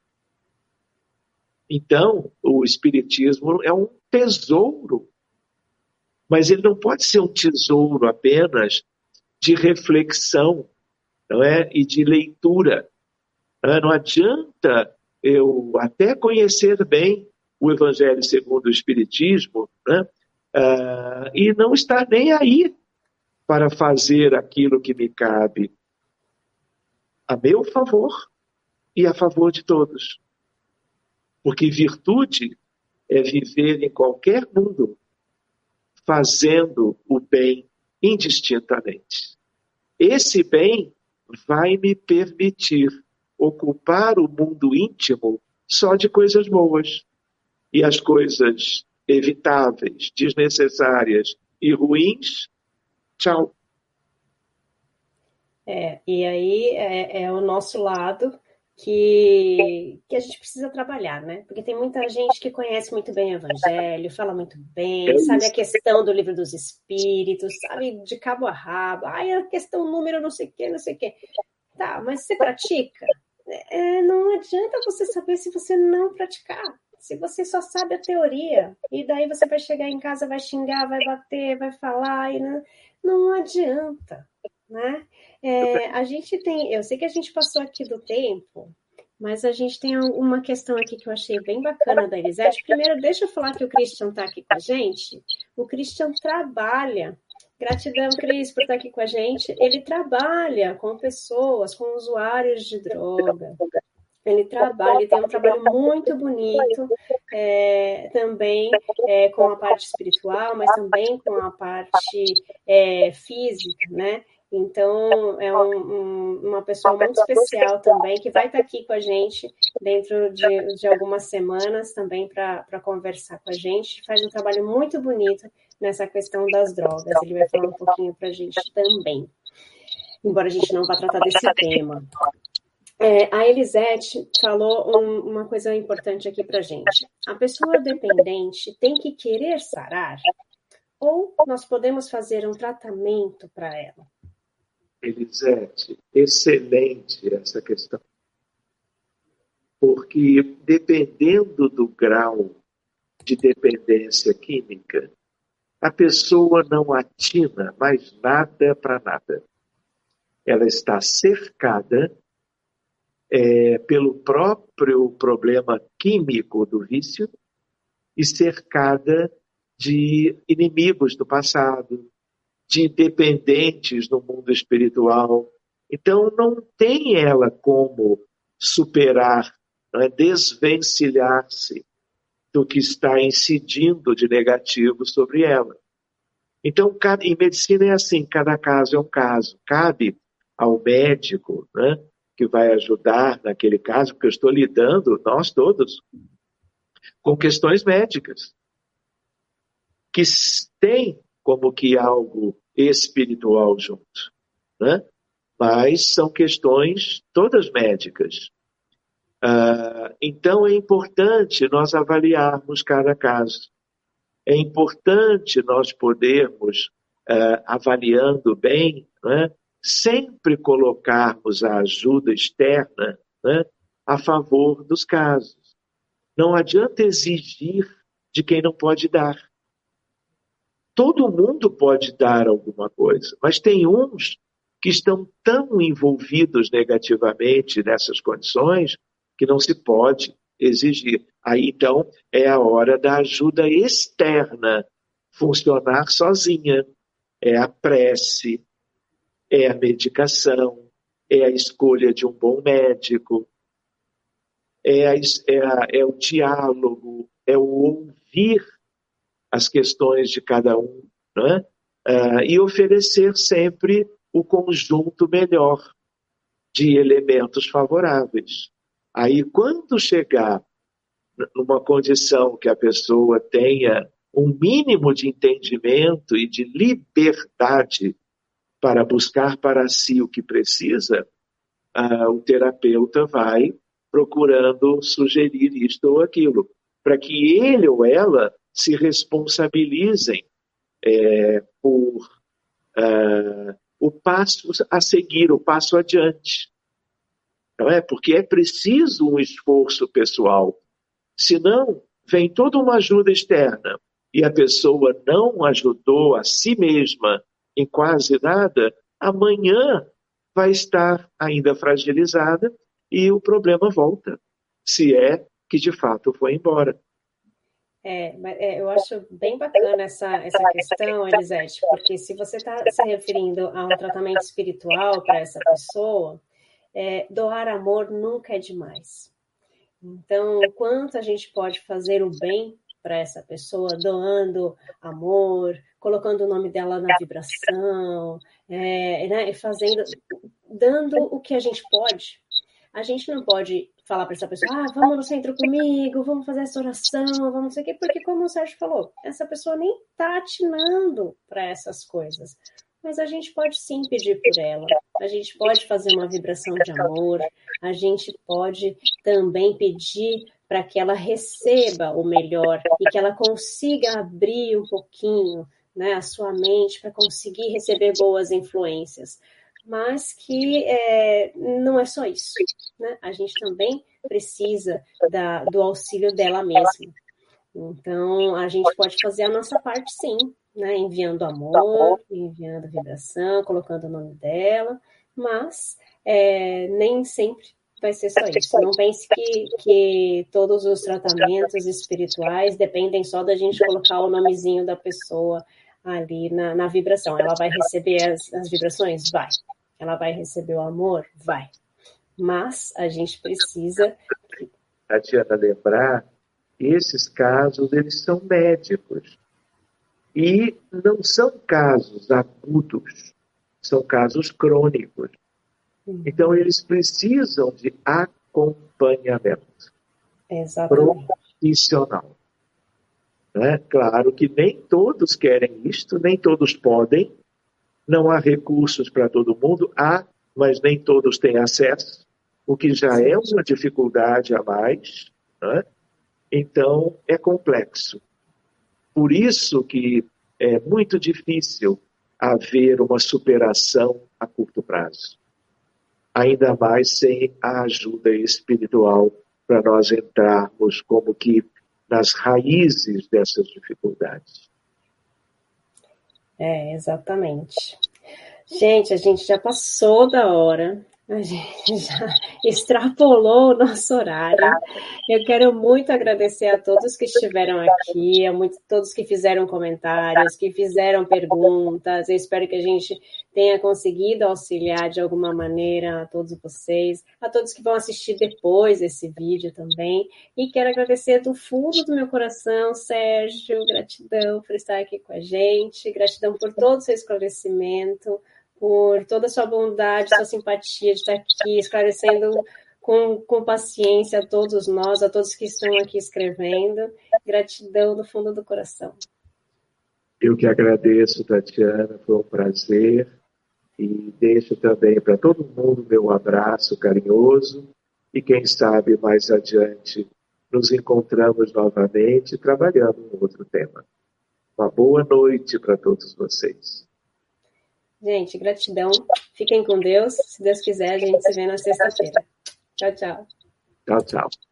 Então, o Espiritismo é um tesouro, mas ele não pode ser um tesouro apenas de reflexão, não é? E de leitura. Não adianta eu até conhecer bem o Evangelho segundo o Espiritismo, né? E não estar nem aí para fazer aquilo que me cabe a meu favor e a favor de todos. Porque virtude é viver em qualquer mundo fazendo o bem indistintamente. Esse bem vai me permitir ocupar o mundo íntimo só de coisas boas. E as coisas evitáveis, desnecessárias e ruins, tchau. E aí é o nosso lado que a gente precisa trabalhar, né? Porque tem muita gente que conhece muito bem o Evangelho, fala muito bem, sabe a questão do Livro dos Espíritos, sabe de cabo a rabo, a questão número não sei o quê, não sei o quê. Tá, mas você pratica? Não adianta você saber se você não praticar. Se você só sabe a teoria, e daí você vai chegar em casa, vai xingar, vai bater, vai falar, e não adianta, né? A gente tem, eu sei que a gente passou aqui do tempo, mas a gente tem uma questão aqui que eu achei bem bacana da Elisete. Primeiro, deixa eu falar que o Christian está aqui com a gente. O Christian trabalha. Gratidão, Cris, por estar aqui com a gente. Ele trabalha com pessoas, com usuários de droga. Ele tem um trabalho muito bonito, também com a parte espiritual, mas também com a parte física, né? Então, é uma pessoa muito especial também, que vai estar aqui com a gente dentro de algumas semanas também para conversar com a gente. Faz um trabalho muito bonito nessa questão das drogas. Ele vai falar um pouquinho para a gente também, embora a gente não vá tratar desse tema. A Elisete falou uma coisa importante aqui para a gente. A pessoa dependente tem que querer sarar ou nós podemos fazer um tratamento para ela? Elisete, excelente essa questão. Porque dependendo do grau de dependência química, a pessoa não atina mais nada para nada. Ela está cercada pelo próprio problema químico do vício e cercada de inimigos do passado, de dependentes no mundo espiritual. Então, não tem ela como superar, desvencilhar-se do que está incidindo de negativo sobre ela. Então, em medicina é assim, cada caso é um caso. Cabe ao médico, que vai ajudar naquele caso, porque eu estou lidando, nós todos, com questões médicas, que têm como que algo espiritual junto, mas são questões todas médicas. Então é importante nós avaliarmos cada caso. É importante nós podermos, avaliando bem, sempre colocarmos a ajuda externa a favor dos casos. Não adianta exigir de quem não pode dar. Todo mundo pode dar alguma coisa, mas tem uns que estão tão envolvidos negativamente nessas condições que não se pode exigir. Aí, então, é a hora da ajuda externa funcionar sozinha. É a prece, é a medicação, é a escolha de um bom médico, é o diálogo, é o ouvir as questões de cada um, né? E oferecer sempre o conjunto melhor de elementos favoráveis. Aí, quando chegar numa condição que a pessoa tenha um mínimo de entendimento e de liberdade para buscar para si o que precisa, o terapeuta vai procurando sugerir isto ou aquilo, para que ele ou ela se responsabilizem por o passo a seguir, o passo adiante. Não é? Porque é preciso um esforço pessoal. Senão, vem toda uma ajuda externa e a pessoa não ajudou a si mesma em quase nada, amanhã vai estar ainda fragilizada e o problema volta, se é que de fato foi embora. Eu acho bem bacana essa questão, Elisete, porque se você está se referindo a um tratamento espiritual para essa pessoa, doar amor nunca é demais. Então, o quanto a gente pode fazer o bem para essa pessoa, doando amor, colocando o nome dela na vibração, né, dando o que a gente pode. A gente não pode falar para essa pessoa, vamos no centro comigo, vamos fazer essa oração, vamos não sei o quê, porque como o Sérgio falou, essa pessoa nem está atinando para essas coisas. Mas a gente pode sim pedir por ela, a gente pode fazer uma vibração de amor, a gente pode também pedir para que ela receba o melhor e que ela consiga abrir um pouquinho, né, a sua mente para conseguir receber boas influências. Mas que não é só isso, né? A gente também precisa do auxílio dela mesma. Então, a gente pode fazer a nossa parte, sim, né? Enviando amor, enviando vibração, colocando o nome dela, mas nem sempre vai ser só isso. Não pense que todos os tratamentos espirituais dependem só da gente colocar o nomezinho da pessoa ali na vibração. Ela vai receber as vibrações? Vai. Ela vai receber o amor? Vai. Mas a gente precisa... Tatiana, lembrar, esses casos, eles são médicos. E não são casos agudos, são casos crônicos. Então, eles precisam de acompanhamento profissional. Né? Claro que nem todos querem isto, nem todos podem, não há recursos para todo mundo, mas nem todos têm acesso, o que já é uma dificuldade a mais, né? Então é complexo. Por isso que é muito difícil haver uma superação a curto prazo, ainda mais sem a ajuda espiritual para nós entrarmos como que nas raízes dessas dificuldades. Exatamente. Gente, a gente já passou da hora, a gente já extrapolou o nosso horário. Eu quero muito agradecer a todos que estiveram aqui, todos que fizeram comentários, que fizeram perguntas. Eu espero que a gente tenha conseguido auxiliar de alguma maneira a todos vocês, a todos que vão assistir depois esse vídeo também. E quero agradecer do fundo do meu coração, Sérgio, gratidão por estar aqui com a gente, gratidão por todo o seu esclarecimento, por toda a sua bondade, sua simpatia de estar aqui esclarecendo com paciência a todos nós, a todos que estão aqui escrevendo. Gratidão do fundo do coração. Eu que agradeço, Tatiana, foi um prazer. E deixo também para todo mundo meu abraço carinhoso. E quem sabe mais adiante nos encontramos novamente trabalhando um outro tema. Uma boa noite para todos vocês. Gente, gratidão. Fiquem com Deus. Se Deus quiser, a gente se vê na sexta-feira. Tchau, tchau. Tchau, tchau.